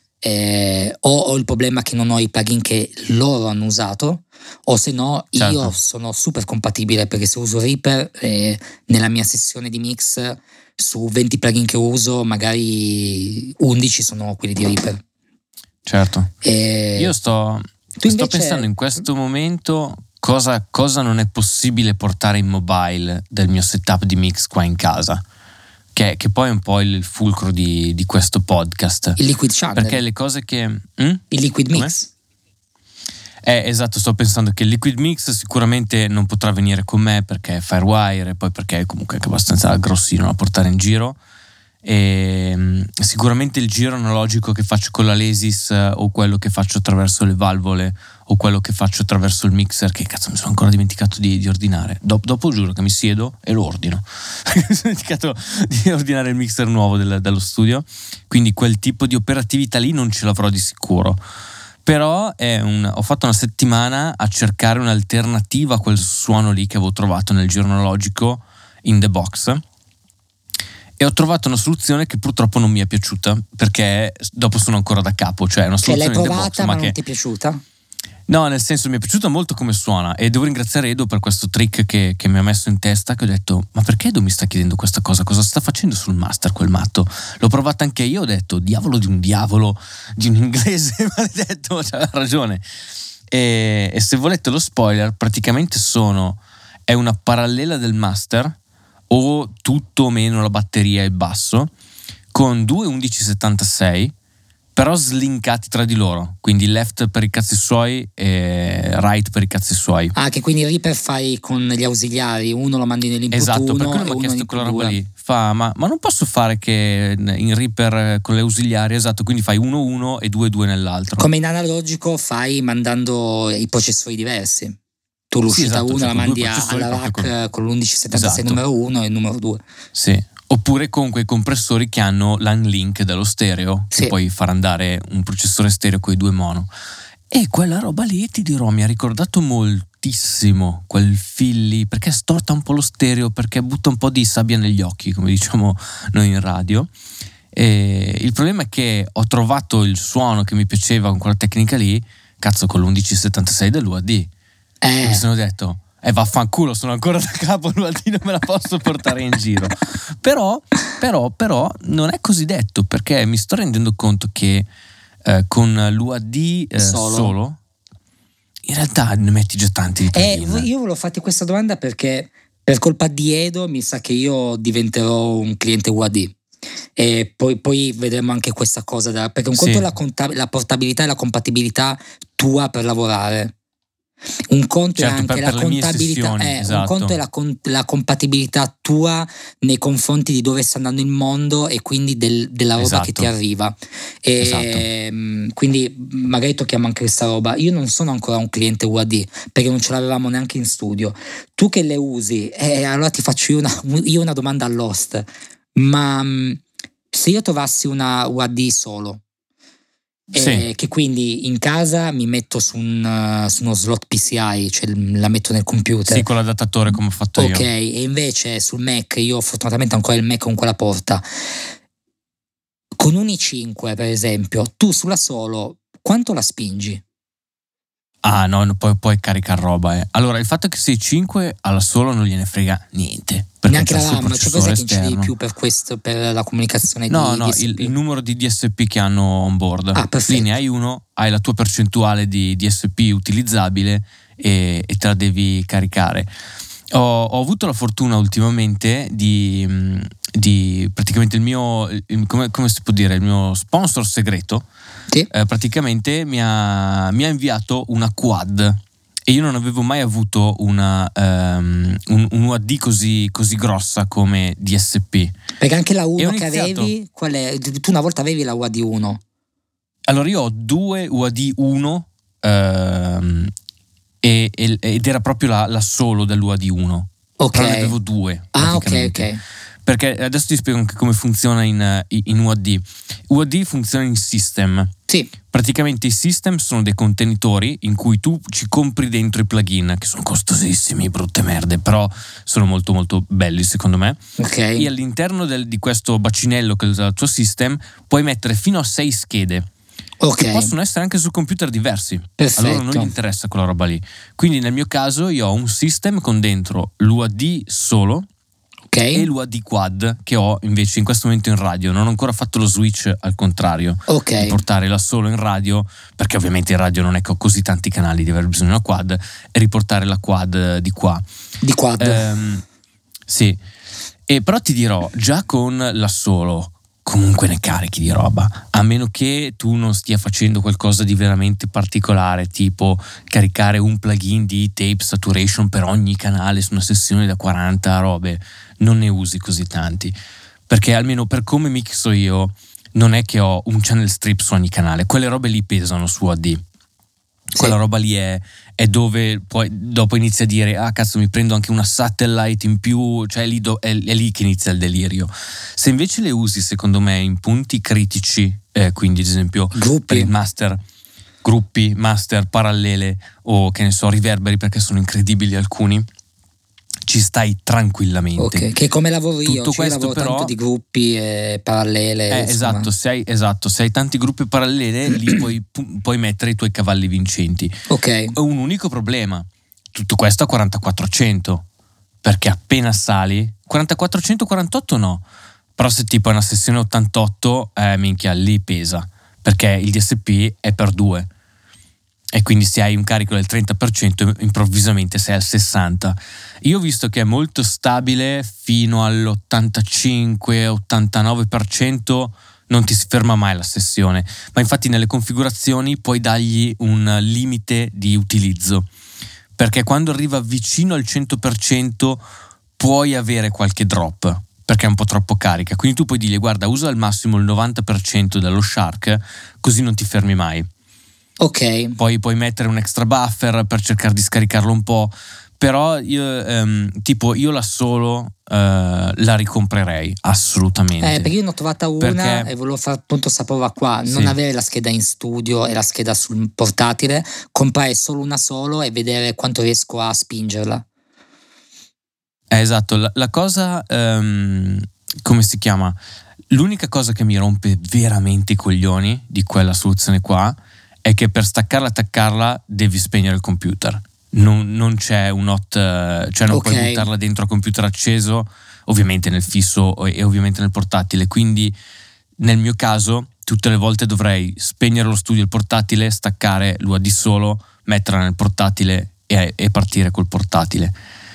ho il problema che non ho i plugin che loro hanno usato, o se no io sono super compatibile, perché se uso Reaper nella mia sessione di mix su 20 plugin che uso magari 11 sono quelli di Reaper. Certo. Io sto pensando in questo momento cosa non è possibile portare in mobile del mio setup di mix qua in casa, che poi è un po' il fulcro di questo podcast. Il Liquid Channel. Perché le cose che... Il Liquid Mix. Esatto, sto pensando che il Liquid Mix sicuramente non potrà venire con me perché è Firewire, e poi perché è comunque anche abbastanza grossino da portare in giro, e sicuramente il giro analogico che faccio con la Lasis, o quello che faccio attraverso le valvole, o quello che faccio attraverso il mixer, che cazzo mi sono ancora dimenticato di ordinare. Dopo giuro che mi siedo e lo ordino. Mi sono dimenticato di ordinare il mixer nuovo dello studio, quindi quel tipo di operatività lì non ce l'avrò di sicuro. Però ho fatto una settimana a cercare un'alternativa a quel suono lì che avevo trovato nel giro analogico in the box, e ho trovato una soluzione che purtroppo non mi è piaciuta, perché dopo sono ancora da capo, cioè una soluzione l'hai provata in the box, ma non ti è piaciuta? No, nel senso, mi è piaciuto molto come suona, e devo ringraziare Edo per questo trick che mi ha messo in testa, che ho detto, ma perché Edo mi sta chiedendo questa cosa sta facendo sul master quel matto? L'ho provata anche io, ho detto diavolo di un inglese maledetto, c'aveva ragione. E se volete lo spoiler, praticamente è una parallela del master, o tutto o meno la batteria e il basso, con due 1176 però slinkati tra di loro, quindi left per i cazzi suoi e right per i cazzi suoi. Che quindi Reaper fai con gli ausiliari, uno lo mandi nell'input 1, esatto, per quello mi ha chiesto quella roba lì, ma non posso fare che in Reaper con le ausiliari, esatto, quindi fai 1-1 e 2-2 nell'altro. Come in analogico fai mandando i processori diversi. Tu l'uscita 1 la mandi alla rack con l'1176 numero 1 e il numero 2. Sì. Oppure con quei compressori che hanno l'unlink dello stereo, che puoi far andare un processore stereo con i due mono. E quella roba lì, ti dirò, mi ha ricordato moltissimo quel feel lì, perché storta un po' lo stereo, perché butta un po' di sabbia negli occhi, come diciamo noi in radio. E il problema è che ho trovato il suono che mi piaceva con quella tecnica lì, cazzo, con l'1176 dell'UAD. E mi sono detto, vaffanculo, sono ancora da capo, l'UAD non me la posso portare in giro. Però non è così detto, perché mi sto rendendo conto che con l'UAD solo in realtà ne metti già tanti di plugin. Io volevo farti questa domanda perché Per colpa di Edo mi sa che io diventerò un cliente UAD. E poi vedremo anche questa cosa perché un conto è la portabilità e la compatibilità tua per lavorare, un conto certo, è anche per la contabilità, esatto. un conto è la compatibilità tua nei confronti di dove sta andando il mondo e quindi della roba che ti arriva. Quindi magari tocchiamo anche questa roba. Io non sono ancora un cliente UAD perché non ce l'avevamo neanche in studio. Tu che le usi, allora ti faccio io una domanda all'host. Ma se io trovassi una UAD solo, che quindi in casa mi metto su uno slot PCI, cioè la metto nel computer. Sì, con l'adattatore come ho fatto io. Ok, e invece sul Mac, io fortunatamente ho ancora il Mac con quella porta. Con un i5 per esempio, tu sulla solo, quanto la spingi? Ah no, puoi caricare roba. Allora, il fatto che sei 5 alla solo non gliene frega niente. Neanche la RAM, cioè cos'è che incide di più per questo, per la comunicazione di DSP? Il numero di DSP che hanno on board. Lì ne hai uno, hai la tua percentuale di DSP utilizzabile e te la devi caricare. Ho avuto la fortuna ultimamente di praticamente il mio, come si può dire, il mio sponsor segreto. Sì. Praticamente mi ha inviato una quad e io non avevo mai avuto un UAD così grossa come DSP. Perché anche la 1 che avevi, qual è? Tu una volta avevi la UAD 1? Allora io ho 2 UAD 1 ed era proprio la solo dell'UAD 1. Ok. Però ne avevo 2. Ah, ok. Perché adesso ti spiego anche come funziona in UAD. UAD funziona in system. Sì. Praticamente i system sono dei contenitori in cui tu ci compri dentro i plugin, che sono costosissimi, brutte merde, però sono molto molto belli secondo me. Ok. E all'interno di questo bacinello che è il tuo system puoi mettere fino a 6 schede. Che possono essere anche su computer diversi. Perfetto. Allora non gli interessa quella roba lì. Quindi nel mio caso io ho un system con dentro l'UAD solo, e l'UAD quad che ho invece in questo momento in radio. Non ho ancora fatto lo switch al contrario, di portare la solo in radio, perché ovviamente in radio non è che ho così tanti canali di aver bisogno di una quad, e riportare la quad di qua. Di quad? Sì. E però ti dirò, già con la solo comunque ne carichi di roba, a meno che tu non stia facendo qualcosa di veramente particolare, tipo caricare un plugin di tape saturation per ogni canale su una sessione da 40 robe. Non ne usi così tanti, perché almeno per come mixo io non è che ho un channel strip su ogni canale, quelle robe lì pesano su AD. Quella roba lì è dove poi dopo inizia a dire cazzo, mi prendo anche una satellite in più, cioè è lì che inizia il delirio. Se invece le usi secondo me in punti critici, quindi ad esempio per il master, gruppi, master, parallele o che ne so, riverberi, perché sono incredibili alcuni, ci stai tranquillamente. Ok, che come lavoro io, tutto questo lavoro però, tanto di gruppi e parallele. Esatto, se hai tanti gruppi parallele, lì puoi mettere i tuoi cavalli vincenti. Ok. Un unico problema, tutto questo a 4400, perché appena sali 4400, 48 no, però se tipo è una sessione 88, minchia, lì pesa, perché il DSP è per 2. E quindi se hai un carico del 30% improvvisamente sei al 60%. Io ho visto che è molto stabile fino all'85-89%, non ti si ferma mai la sessione, ma infatti nelle configurazioni puoi dargli un limite di utilizzo, perché quando arriva vicino al 100% puoi avere qualche drop, perché è un po' troppo carica, quindi tu puoi dirgli guarda, usa al massimo il 90% dello Shark, così non ti fermi mai. Ok. Poi puoi mettere un extra buffer per cercare di scaricarlo un po', però io la solo la ricomprerei assolutamente. Perché io ne ho trovata una e volevo fare appunto questa prova qua, non avere la scheda in studio e la scheda sul portatile, comprare solo una solo e vedere quanto riesco a spingerla. Esatto, la cosa, come si chiama? L'unica cosa che mi rompe veramente i coglioni di quella soluzione qua è che per staccarla e attaccarla devi spegnere il computer. Non c'è un hot, cioè non puoi buttarla dentro al computer acceso, ovviamente nel fisso e ovviamente nel portatile. Quindi nel mio caso tutte le volte dovrei spegnere lo studio e il portatile, staccare l'UAD solo, metterla nel portatile e partire col portatile.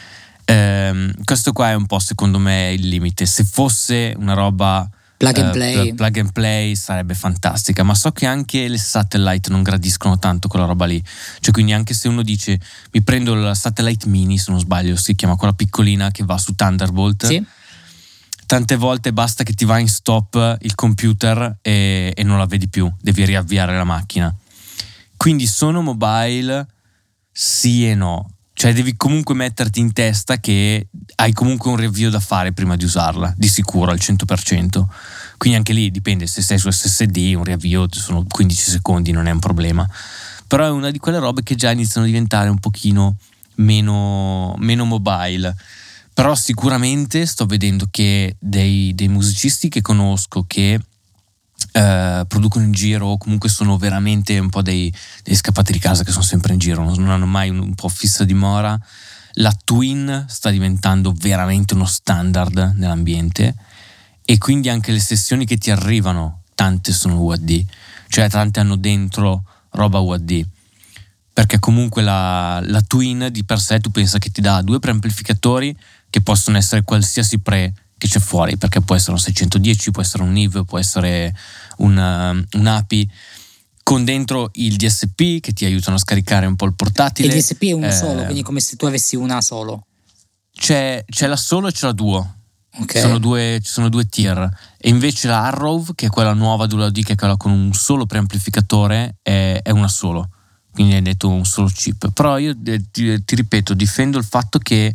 Questo qua è un po' secondo me il limite. Se fosse una roba plug and play sarebbe fantastica, ma so che anche le satellite non gradiscono tanto quella roba lì, cioè quindi anche se uno dice mi prendo la satellite mini, se non sbaglio si chiama, quella piccolina che va su Thunderbolt, sì. Tante volte basta che ti va in stop il computer e non la vedi più, devi riavviare la macchina. Quindi sono mobile sì e no, cioè devi comunque metterti in testa che hai comunque un riavvio da fare prima di usarla, di sicuro al 100%. Quindi anche lì dipende, se sei su SSD un riavvio sono 15 secondi, non è un problema. Però è una di quelle robe che già iniziano a diventare un pochino meno mobile. Però sicuramente sto vedendo che dei musicisti che conosco che producono in giro o comunque sono veramente un po' dei scappati di casa che sono sempre in giro, non hanno mai un po' fissa dimora. La Twin sta diventando veramente uno standard nell'ambiente e quindi anche le sessioni che ti arrivano tante sono UAD, cioè tante hanno dentro roba UAD, perché comunque la Twin di per sé tu pensa che ti dà 2 preamplificatori che possono essere qualsiasi pre che c'è fuori, perché può essere un 610, può essere un NIV, può essere un API, con dentro il DSP che ti aiutano a scaricare un po' il portatile. Il DSP è uno solo, quindi come se tu avessi una solo. C'è la solo e c'è la duo. Okay. Ci sono due tier. E invece la Arrow, che è quella nuova Dual Audio, che è quella con un solo preamplificatore, è una solo. Quindi hai detto un solo chip. Però io ti ripeto, difendo il fatto che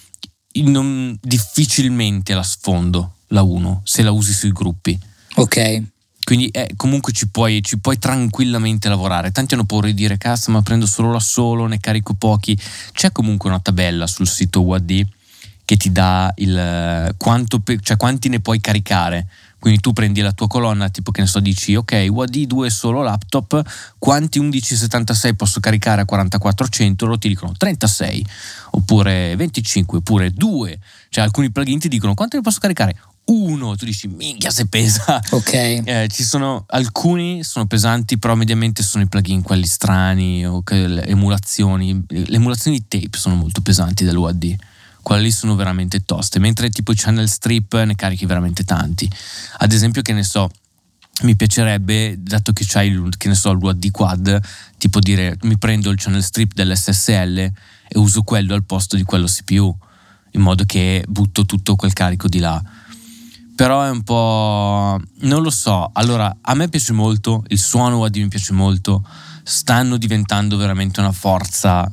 difficilmente la sfondo la 1 se la usi sui gruppi. Ok. Quindi comunque ci puoi tranquillamente lavorare. Tanti hanno paura di dire cazzo, ma prendo solo la solo, ne carico pochi. C'è comunque una tabella sul sito UAD che ti dà il quanti ne puoi caricare. Quindi tu prendi la tua colonna, tipo che ne so, dici ok, UAD 2 solo laptop, quanti 1176 posso caricare a 4400? Loro ti dicono 36, oppure 25, oppure 2. Cioè alcuni plugin ti dicono quanto ne posso caricare? 1, tu dici minchia se pesa. Ok. Ci sono alcuni sono pesanti, però mediamente sono i plugin quelli strani o le emulazioni di tape sono molto pesanti dell'UAD. Quelle lì sono veramente toste, mentre tipo i channel strip ne carichi veramente tanti. Ad esempio, che ne so, mi piacerebbe, dato che c'hai l'UAD quad, tipo dire mi prendo il channel strip dell'SSL e uso quello al posto di quello CPU, in modo che butto tutto quel carico di là. Però è un po', non lo so. Allora, a me piace molto il suono UAD, mi piace molto, stanno diventando veramente una forza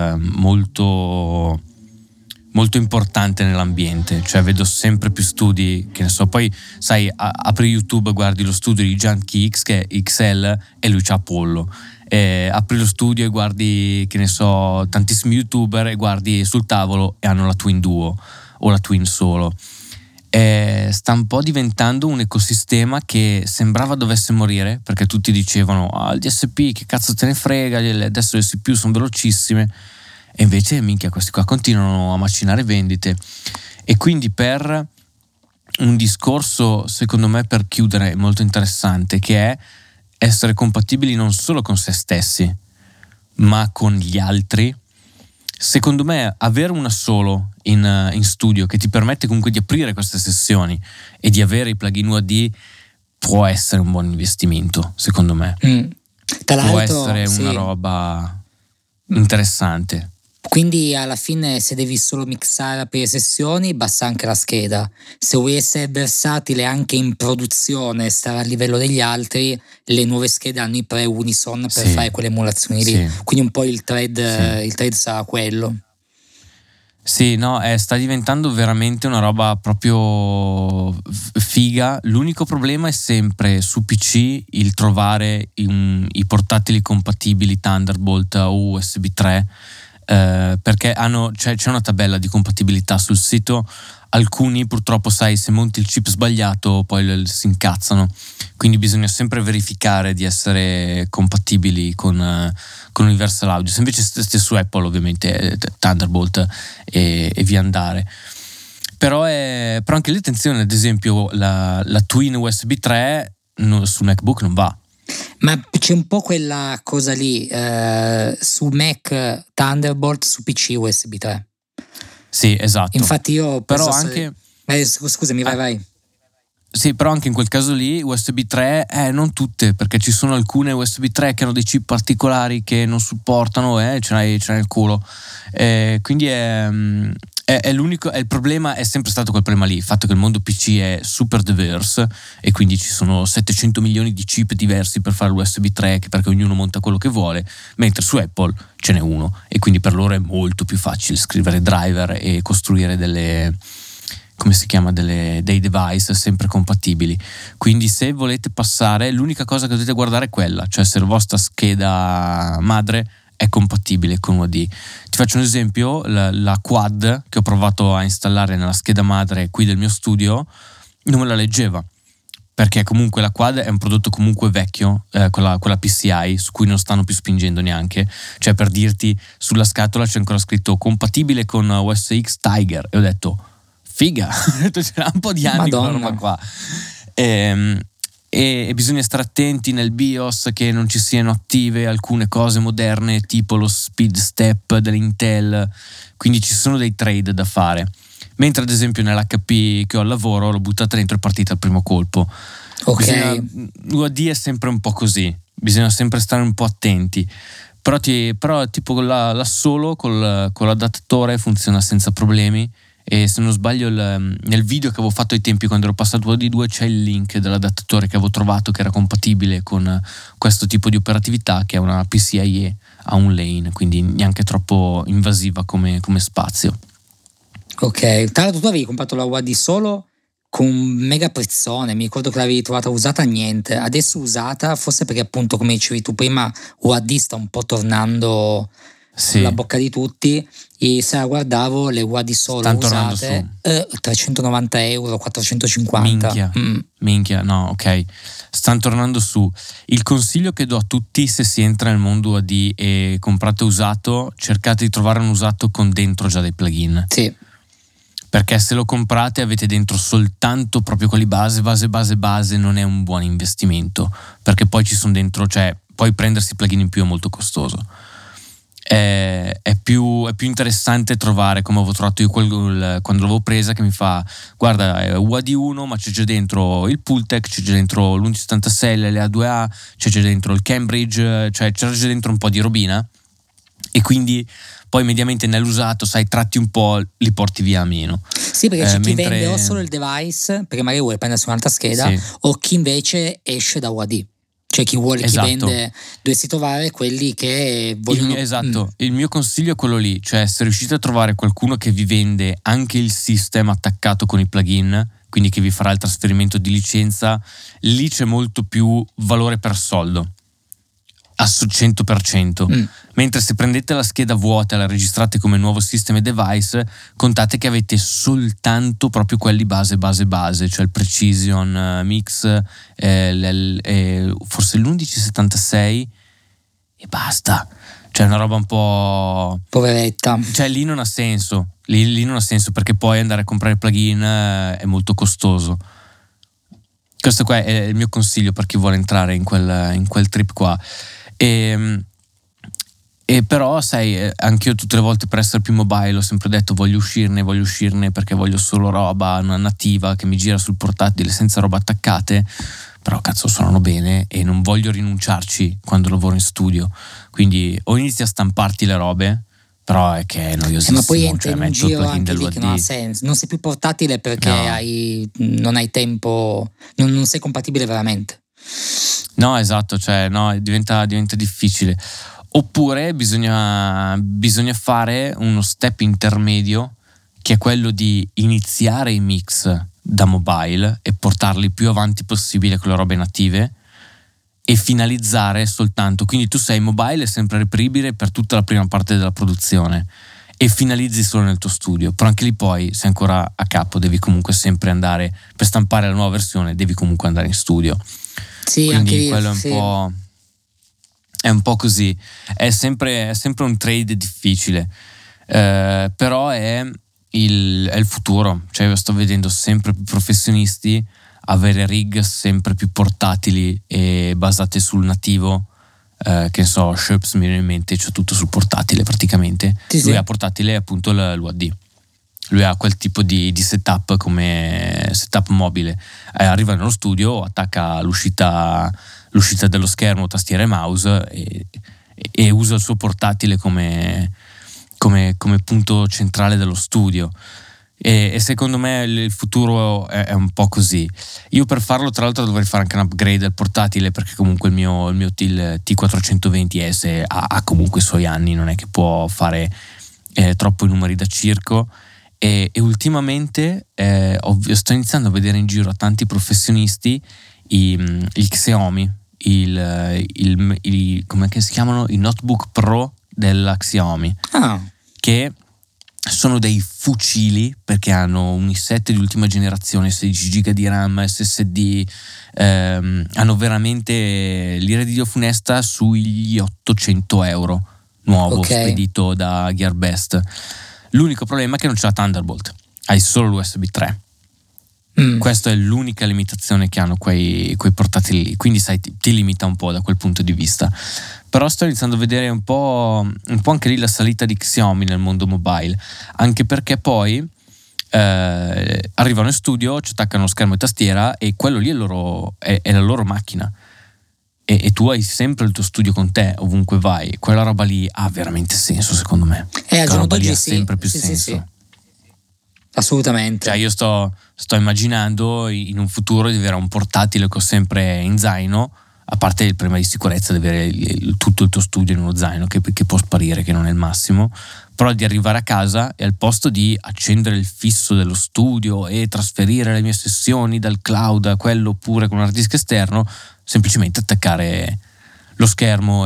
molto molto importante nell'ambiente, cioè vedo sempre più studi, che ne so, poi sai, apri YouTube, guardi lo studio di Junkie X che è XL e lui c'ha Apollo, apri lo studio e guardi, che ne so, tantissimi YouTuber e guardi sul tavolo e hanno la Twin Duo o la Twin solo. Sta un po' diventando un ecosistema che sembrava dovesse morire, perché tutti dicevano il DSP che cazzo te ne frega, adesso le CPU sono velocissime. E invece minchia, questi qua continuano a macinare vendite. E quindi per un discorso secondo me, per chiudere, molto interessante, che è essere compatibili non solo con se stessi ma con gli altri, secondo me avere una solo in studio che ti permette comunque di aprire queste sessioni e di avere i plugin UAD può essere un buon investimento, secondo me. Può essere una roba interessante. Quindi alla fine, se devi solo mixare per le sessioni, basta anche la scheda. Se vuoi essere versatile anche in produzione, stare a livello degli altri, le nuove schede hanno i pre-Unison per fare quelle emulazioni lì. Quindi un po' il thread sarà quello. Sì, no, sta diventando veramente una roba proprio figa. L'unico problema è sempre su PC il trovare i portatili compatibili Thunderbolt o USB 3, perché c'è una tabella di compatibilità sul sito. Alcuni purtroppo, sai, se monti il chip sbagliato poi si incazzano, quindi bisogna sempre verificare di essere compatibili con Universal Audio. Se invece siete su Apple, ovviamente Thunderbolt e via andare. Però anche lì attenzione, ad esempio la Twin USB 3 su MacBook non va. Ma c'è un po' quella cosa lì, su Mac Thunderbolt, su PC USB 3. Sì, esatto. Infatti io però anche scusami, vai. Sì, però anche in quel caso lì USB 3, non tutte, perché ci sono alcune USB 3 che hanno dei chip particolari che non supportano, ce n'hai il culo. Quindi è l'unico, il problema è sempre stato quel problema lì, il fatto che il mondo PC è super diverse e quindi ci sono 700 milioni di chip diversi per fare l'USB 3, perché ognuno monta quello che vuole, mentre su Apple ce n'è uno e quindi per loro è molto più facile scrivere driver e costruire dei device sempre compatibili. Quindi se volete passare, l'unica cosa che dovete guardare è quella, cioè se la vostra scheda madre è compatibile con UAD. Ti faccio un esempio, la quad che ho provato a installare nella scheda madre qui del mio studio non me la leggeva, perché comunque la quad è un prodotto comunque vecchio, con la PCI su cui non stanno più spingendo neanche, cioè per dirti sulla scatola c'è ancora scritto compatibile con OS X Tiger e ho detto figa, c'era un po' di anni quella roba qua. E bisogna stare attenti nel BIOS che non ci siano attive alcune cose moderne tipo lo speed step dell'Intel, quindi ci sono dei trade da fare, mentre ad esempio nell'HP che ho al lavoro l'ho buttata dentro e è partita al primo colpo. UAD è sempre un po' così, bisogna sempre stare un po' attenti, però tipo la solo con l'adattatore funziona senza problemi. E se non sbaglio nel video che avevo fatto ai tempi quando ero passato a D2 c'è il link dell'adattatore che avevo trovato che era compatibile con questo tipo di operatività, che è una PCIe a un lane, quindi neanche troppo invasiva come spazio. Ok, tra l'altro tu avevi comprato la UAD solo con un mega prezzone, mi ricordo che l'avevi trovata usata a niente, adesso usata forse perché appunto come dicevi tu prima UAD sta un po' tornando sulla bocca di tutti. E se la guardavo le UAD solo usate 390 euro, 450. Minchia, no, ok, stanno tornando su. Il consiglio che do a tutti, se si entra nel mondo UAD e comprate usato, cercate di trovare un usato con dentro già dei plugin. Sì, perché se lo comprate avete dentro soltanto proprio quelli base, non è un buon investimento, perché poi ci sono dentro, cioè poi prendersi plugin in più è molto costoso. È più interessante trovare, come avevo trovato io quando l'avevo presa, che mi fa guarda è UAD1 ma c'è già dentro il Pultec, c'è già dentro l'1176, l'LA2A, c'è già dentro il Cambridge, cioè c'è già dentro un po' di robina e quindi poi mediamente nell'usato sai tratti un po', li porti via a meno. Sì, perché c'è chi vende o solo il device perché magari vuole prendersi un'altra scheda, sì, o chi invece esce da UAD. Cioè chi vuole, chi vende, dovresti trovare quelli che vogliono. Il mio consiglio è quello lì, cioè se riuscite a trovare qualcuno che vi vende anche il sistema attaccato con i plugin, quindi che vi farà il trasferimento di licenza, lì c'è molto più valore per soldo, a 100%. Mentre se prendete la scheda vuota e la registrate come nuovo system e device, contate che avete soltanto proprio quelli base, cioè il Precision Mix, forse l'1176 e basta. Cioè una roba un po' poveretta. Cioè lì non ha senso, lì non ha senso, perché poi andare a comprare plugin è molto costoso. Questo qua è il mio consiglio per chi vuole entrare in quel trip qua. E però sai, anche io tutte le volte per essere più mobile ho sempre detto voglio uscirne perché voglio solo roba nativa che mi gira sul portatile senza roba attaccate, però cazzo suonano bene e non voglio rinunciarci quando lavoro in studio, quindi o inizi a stamparti le robe, però è che è noiosissimo. Ma poi entri in un giro anche lì che non ha senso, non sei più portatile perché non hai tempo, non sei compatibile veramente. No, esatto, cioè no, diventa difficile. Oppure bisogna fare uno step intermedio, che è quello di iniziare i mix da mobile e portarli più avanti possibile con le robe native e finalizzare soltanto. Quindi tu sei mobile, è sempre reperibile per tutta la prima parte della produzione e finalizzi solo nel tuo studio, però anche lì poi sei ancora a capo, devi comunque sempre andare, per stampare la nuova versione devi comunque andare in studio. Sì, quindi anche quello è un po' così, è sempre un trade difficile, però è il futuro. Cioè io sto vedendo sempre più professionisti avere rig sempre più portatili e basate sul nativo, che so, Sherps mi viene in mente, c'è tutto sul portatile praticamente. Lui ha portatile appunto l'UAD. lui ha quel tipo di setup come setup mobile. Arriva nello studio, attacca l'uscita dello schermo, tastiera e mouse e usa il suo portatile come punto centrale dello studio. E secondo me il futuro è un po' così. Io per farlo tra l'altro dovrei fare anche un upgrade del portatile, perché comunque il mio T420S ha comunque i suoi anni, non è che può fare troppo i numeri da circo. E ultimamente sto iniziando a vedere in giro a tanti professionisti il Xiaomi, come si chiamano, i notebook Pro della Xiaomi, che sono dei fucili, perché hanno un i7 di ultima generazione, 16 GB di RAM, SSD, hanno veramente l'ira funesta sugli 800 euro, nuovo, spedito da Gearbest. L'unico problema è che non c'è la Thunderbolt, hai solo l'USB 3. Questa è l'unica limitazione che hanno quei portatili lì, quindi sai, ti limita un po' da quel punto di vista. Però sto iniziando a vedere un po' anche lì la salita di Xiaomi nel mondo mobile, anche perché poi arrivano in studio, ci attaccano schermo e tastiera e quello lì è la loro macchina, e tu hai sempre il tuo studio con te ovunque vai. Quella roba lì ha veramente senso, secondo me. Al giorno d'oggi ha sempre più senso. Sì. Assolutamente. Cioè io sto immaginando in un futuro di avere un portatile che ho sempre in zaino, a parte il problema di sicurezza di avere tutto il tuo studio in uno zaino che può sparire, che non è il massimo, però di arrivare a casa e al posto di accendere il fisso dello studio e trasferire le mie sessioni dal cloud a quello, oppure con un hard disk esterno, semplicemente attaccare lo schermo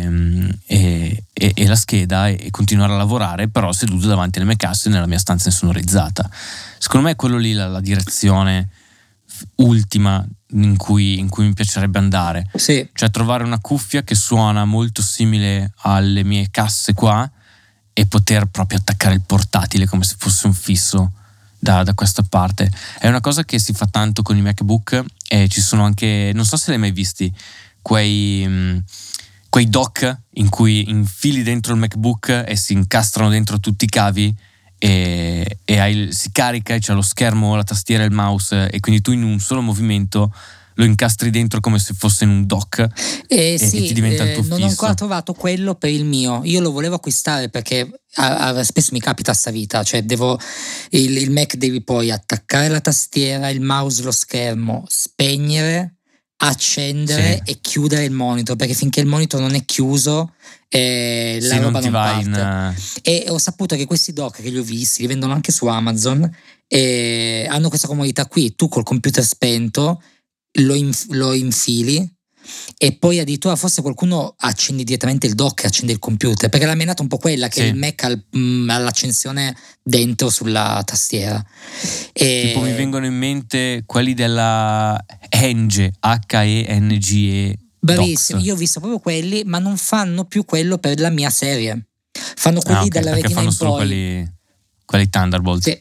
e la scheda e continuare a lavorare, però seduto davanti alle mie casse nella mia stanza insonorizzata. Secondo me è quello lì la direzione ultima in cui mi piacerebbe andare. Sì. Cioè trovare una cuffia che suona molto simile alle mie casse qua e poter proprio attaccare il portatile come se fosse un fisso da questa parte. È una cosa che si fa tanto con i MacBook, e ci sono anche, non so se li hai mai visti, quei dock in cui infili dentro il MacBook e si incastrano dentro tutti i cavi e si carica e c'è lo schermo, la tastiera e il mouse, e quindi tu in un solo movimento lo incastri dentro come se fosse in un dock e ti diventa il tuo fisso. Non ho ancora trovato quello per il mio. Io lo volevo acquistare perché spesso mi capita sta vita, cioè il Mac devi poi attaccare la tastiera, il mouse, lo schermo, spegnere, accendere e chiudere il monitor, perché finché il monitor non è chiuso la roba non parte. E ho saputo che questi dock, che li ho visti, li vendono anche su Amazon, e hanno questa comodità qui: tu col computer spento lo infili e poi addirittura forse qualcuno accende direttamente il dock e accende il computer, perché la menata è un po' quella che il Mac ha l'accensione dentro sulla tastiera. Tipo mi vengono in mente quelli della Henge, HENGE. Bravissimo, io ho visto proprio quelli, ma non fanno più quello per la mia serie. Fanno quelli della retina in poi. Fanno solo quelli Thunderbolt. Sì.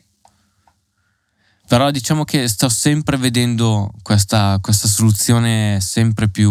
Però diciamo che sto sempre vedendo questa soluzione sempre più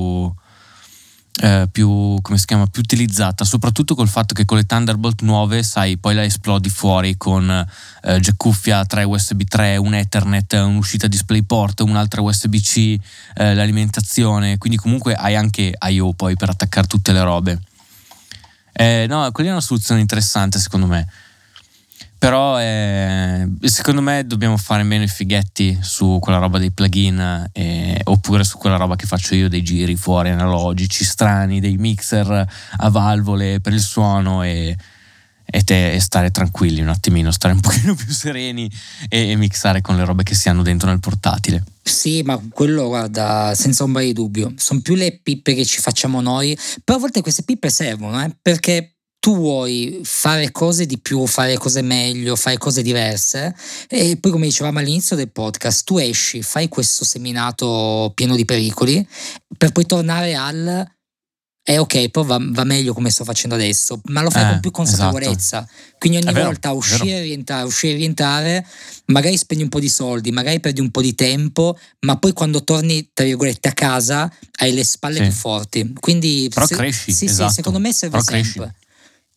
come si chiama, più utilizzata, soprattutto col fatto che con le Thunderbolt nuove, sai, poi la esplodi fuori con jack cuffia, 3 USB 3, un Ethernet, un'uscita DisplayPort, un'altra USB-C, l'alimentazione, quindi comunque hai anche I/O poi per attaccare tutte le robe. No, quella è una soluzione interessante secondo me. Però secondo me dobbiamo fare meno i fighetti su quella roba dei plugin, oppure su quella roba che faccio io, dei giri fuori analogici strani, dei mixer a valvole per il suono, e stare tranquilli un attimino, stare un pochino più sereni e mixare con le robe che si hanno dentro nel portatile. Sì, ma quello, guarda, senza ombra di dubbio, sono più le pippe che ci facciamo noi, però a volte queste pippe servono, perché tu vuoi fare cose di più, fare cose meglio, fare cose diverse, e poi, come dicevamo all'inizio del podcast, tu esci, fai questo seminato pieno di pericoli per poi tornare al ok, poi va meglio come sto facendo adesso, ma lo fai con più consapevolezza. Esatto. Quindi ogni volta uscire e rientrare, magari spendi un po' di soldi, magari perdi un po' di tempo, ma poi quando torni, tra virgolette, a casa hai le spalle più forti. Quindi però cresci, sì, secondo me serve sempre.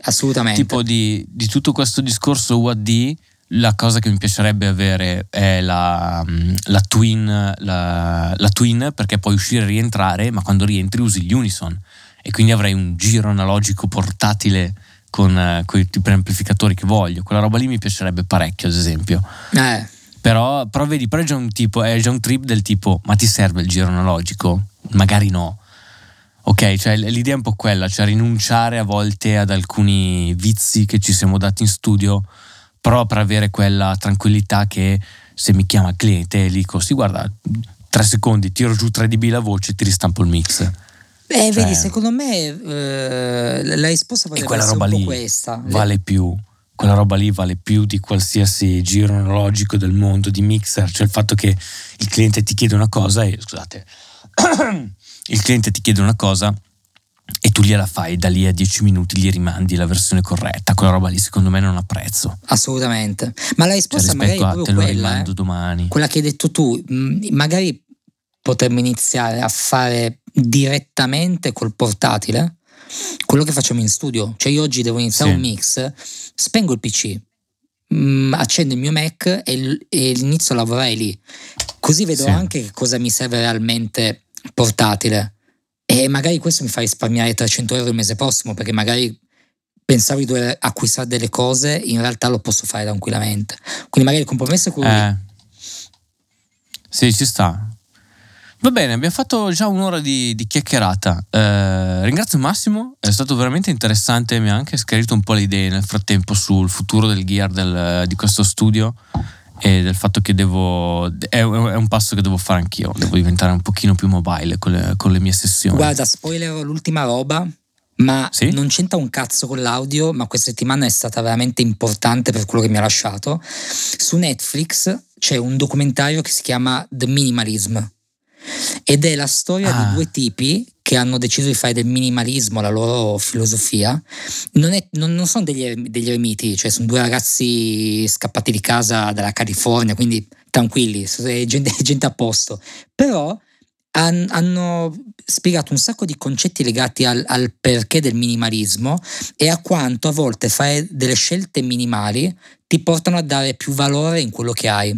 assolutamente. Tipo di tutto questo discorso UAD, la cosa che mi piacerebbe avere è la Twin, la Twin, perché puoi uscire e rientrare, ma quando rientri usi gli Unison, e quindi avrei un giro analogico portatile con quei tipi di amplificatori che voglio. Quella roba lì mi piacerebbe parecchio, ad esempio. Però vedi, però è già un trip del tipo, ma ti serve il giro analogico? Magari no. Ok, cioè l'idea è un po' quella, cioè rinunciare a volte ad alcuni vizi che ci siamo dati in studio, però per avere quella tranquillità che se mi chiama il cliente e gli dico, sì guarda, 3 secondi, tiro giù 3 dB la voce e ti ristampo il mix. Vedi, secondo me la risposta potrebbe essere un po' questa. Vale più. Quella roba lì vale più di qualsiasi giro analogico del mondo di mixer. Cioè il fatto che il cliente ti chiede una cosa e il cliente ti chiede una cosa e tu gliela fai, da lì a 10 minuti gli rimandi la versione corretta. Quella roba lì secondo me non ha prezzo. Assolutamente. Ma la risposta magari è proprio te lo quella, rimando domani. Quella che hai detto tu. Magari potremmo iniziare a fare direttamente col portatile quello che facciamo in studio. Cioè io oggi devo iniziare un mix, spengo il PC, accendo il mio Mac e inizio a lavorare lì, così vedo anche che cosa mi serve realmente portatile, e magari questo mi fa risparmiare 300 euro il mese prossimo, perché magari pensavo di dover acquistare delle cose, in realtà lo posso fare tranquillamente. Quindi magari il compromesso è quello lì. Sì, ci sta. Va bene, abbiamo fatto già un'ora di chiacchierata. Ringrazio Massimo, è stato veramente interessante, mi ha anche chiarito un po' le idee nel frattempo sul futuro del gear di questo studio, e del fatto che è un passo che devo fare anch'io, devo diventare un pochino più mobile con le mie sessioni. Guarda, spoiler l'ultima roba, ma non c'entra un cazzo con l'audio, ma questa settimana è stata veramente importante per quello che mi ha lasciato. Su Netflix c'è un documentario che si chiama The Minimalism, ed è la storia di 2 tipi che hanno deciso di fare del minimalismo la loro filosofia. Non sono degli eremiti, cioè sono 2 ragazzi scappati di casa dalla California, quindi tranquilli, gente a posto, però hanno spiegato un sacco di concetti legati al perché del minimalismo e a quanto a volte fare delle scelte minimali ti portano a dare più valore in quello che hai.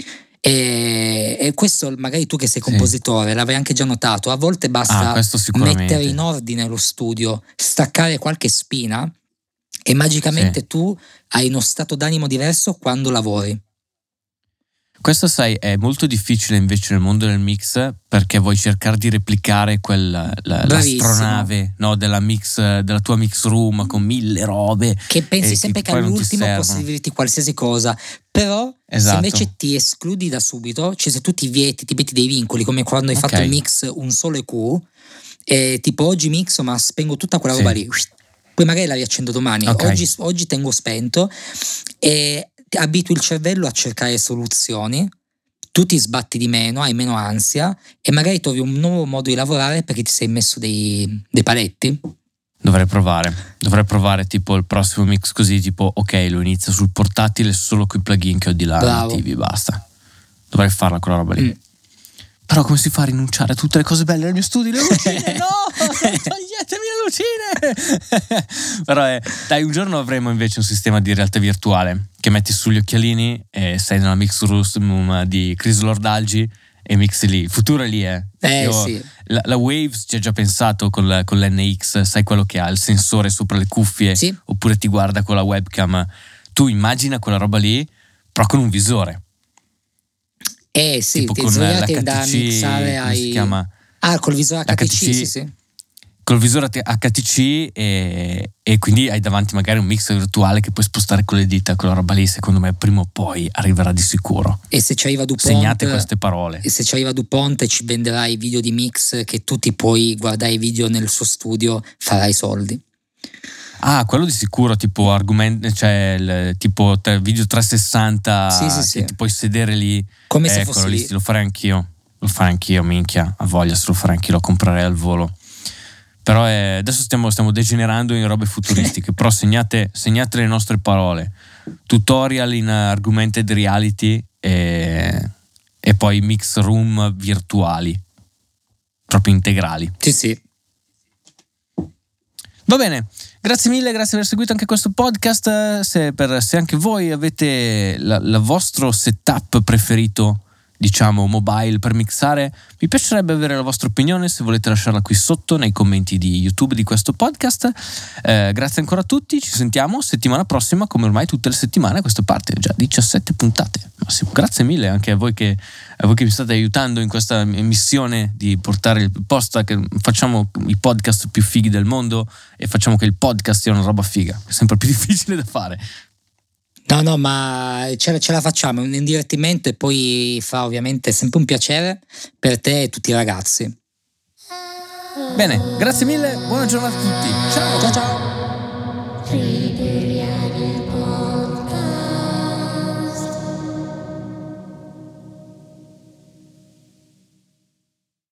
E questo magari tu che sei compositore l'avrai anche già notato, a volte basta mettere in ordine lo studio, staccare qualche spina e magicamente tu hai uno stato d'animo diverso quando lavori. Questo, sai, è molto difficile invece nel mondo del mix, perché vuoi cercare di replicare l'astronave, no, della tua mix room con 1000 robe. Che pensi sempre che all'ultimo possa servirti qualsiasi cosa, però se invece ti escludi da subito, cioè se tu ti metti dei vincoli, come quando hai fatto il mix un solo EQ, tipo oggi mixo ma spengo tutta quella roba lì, poi magari la riaccendo domani, oggi tengo spento, e abitui il cervello a cercare soluzioni, tu ti sbatti di meno, hai meno ansia e magari trovi un nuovo modo di lavorare perché ti sei messo dei paletti. Dovrei provare tipo il prossimo mix così, tipo ok, lo inizio sul portatile solo con i plugin che ho di là nativi, basta. Dovrei farla quella roba lì. Però come si fa a rinunciare a tutte le cose belle del mio studio? Le lucine, no! Toglietemi le lucine! Però dai, un giorno avremo invece un sistema di realtà virtuale che metti sugli occhialini e sei nella mix room di Chris Lord-Alge e mixi lì. Il futuro è lì, La Waves ci ha già pensato con l'NX, sai quello che ha il sensore sopra le cuffie, oppure ti guarda con la webcam. Tu immagina quella roba lì, però con un visore. Tipo con l'HTC, da mixare si chiama? Col visore HTC, sì. Col visore HTC e quindi hai davanti magari un mix virtuale che puoi spostare con le dita. Quella roba lì secondo me prima o poi arriverà di sicuro. E se ci arriva DuPont, segnate queste parole. E se ci arriva DuPont e ci venderà i video di mix che tu ti puoi guardare i video nel suo studio, farai soldi. Quello di sicuro, tipo tipo video 360 che ti puoi sedere lì. Come se fossi lì. Lo farei anch'io, minchia, a voglia, se lo farei anch'io, lo comprerei al volo. Però adesso stiamo degenerando in robe futuristiche. Però segnate le nostre parole: tutorial in augmented reality e poi mix room virtuali proprio integrali. Sì. Va bene, grazie mille, grazie per aver seguito anche questo podcast. Se anche voi avete il vostro setup preferito, diciamo mobile, per mixare, mi piacerebbe avere la vostra opinione. Se volete lasciarla qui sotto nei commenti di YouTube di questo podcast. Grazie ancora a tutti, ci sentiamo settimana prossima, come ormai tutte le settimane. Questa parte già 17 puntate. Grazie mille anche a voi che mi state aiutando in questa missione di portare il post, che facciamo i podcast più fighi del mondo e facciamo che il podcast sia una roba figa. È sempre più difficile da fare. No, ma ce la facciamo, è un divertimento e poi fa ovviamente sempre un piacere per te e tutti i ragazzi. Bene, grazie mille, buona giornata a tutti. Ciao. Ciao.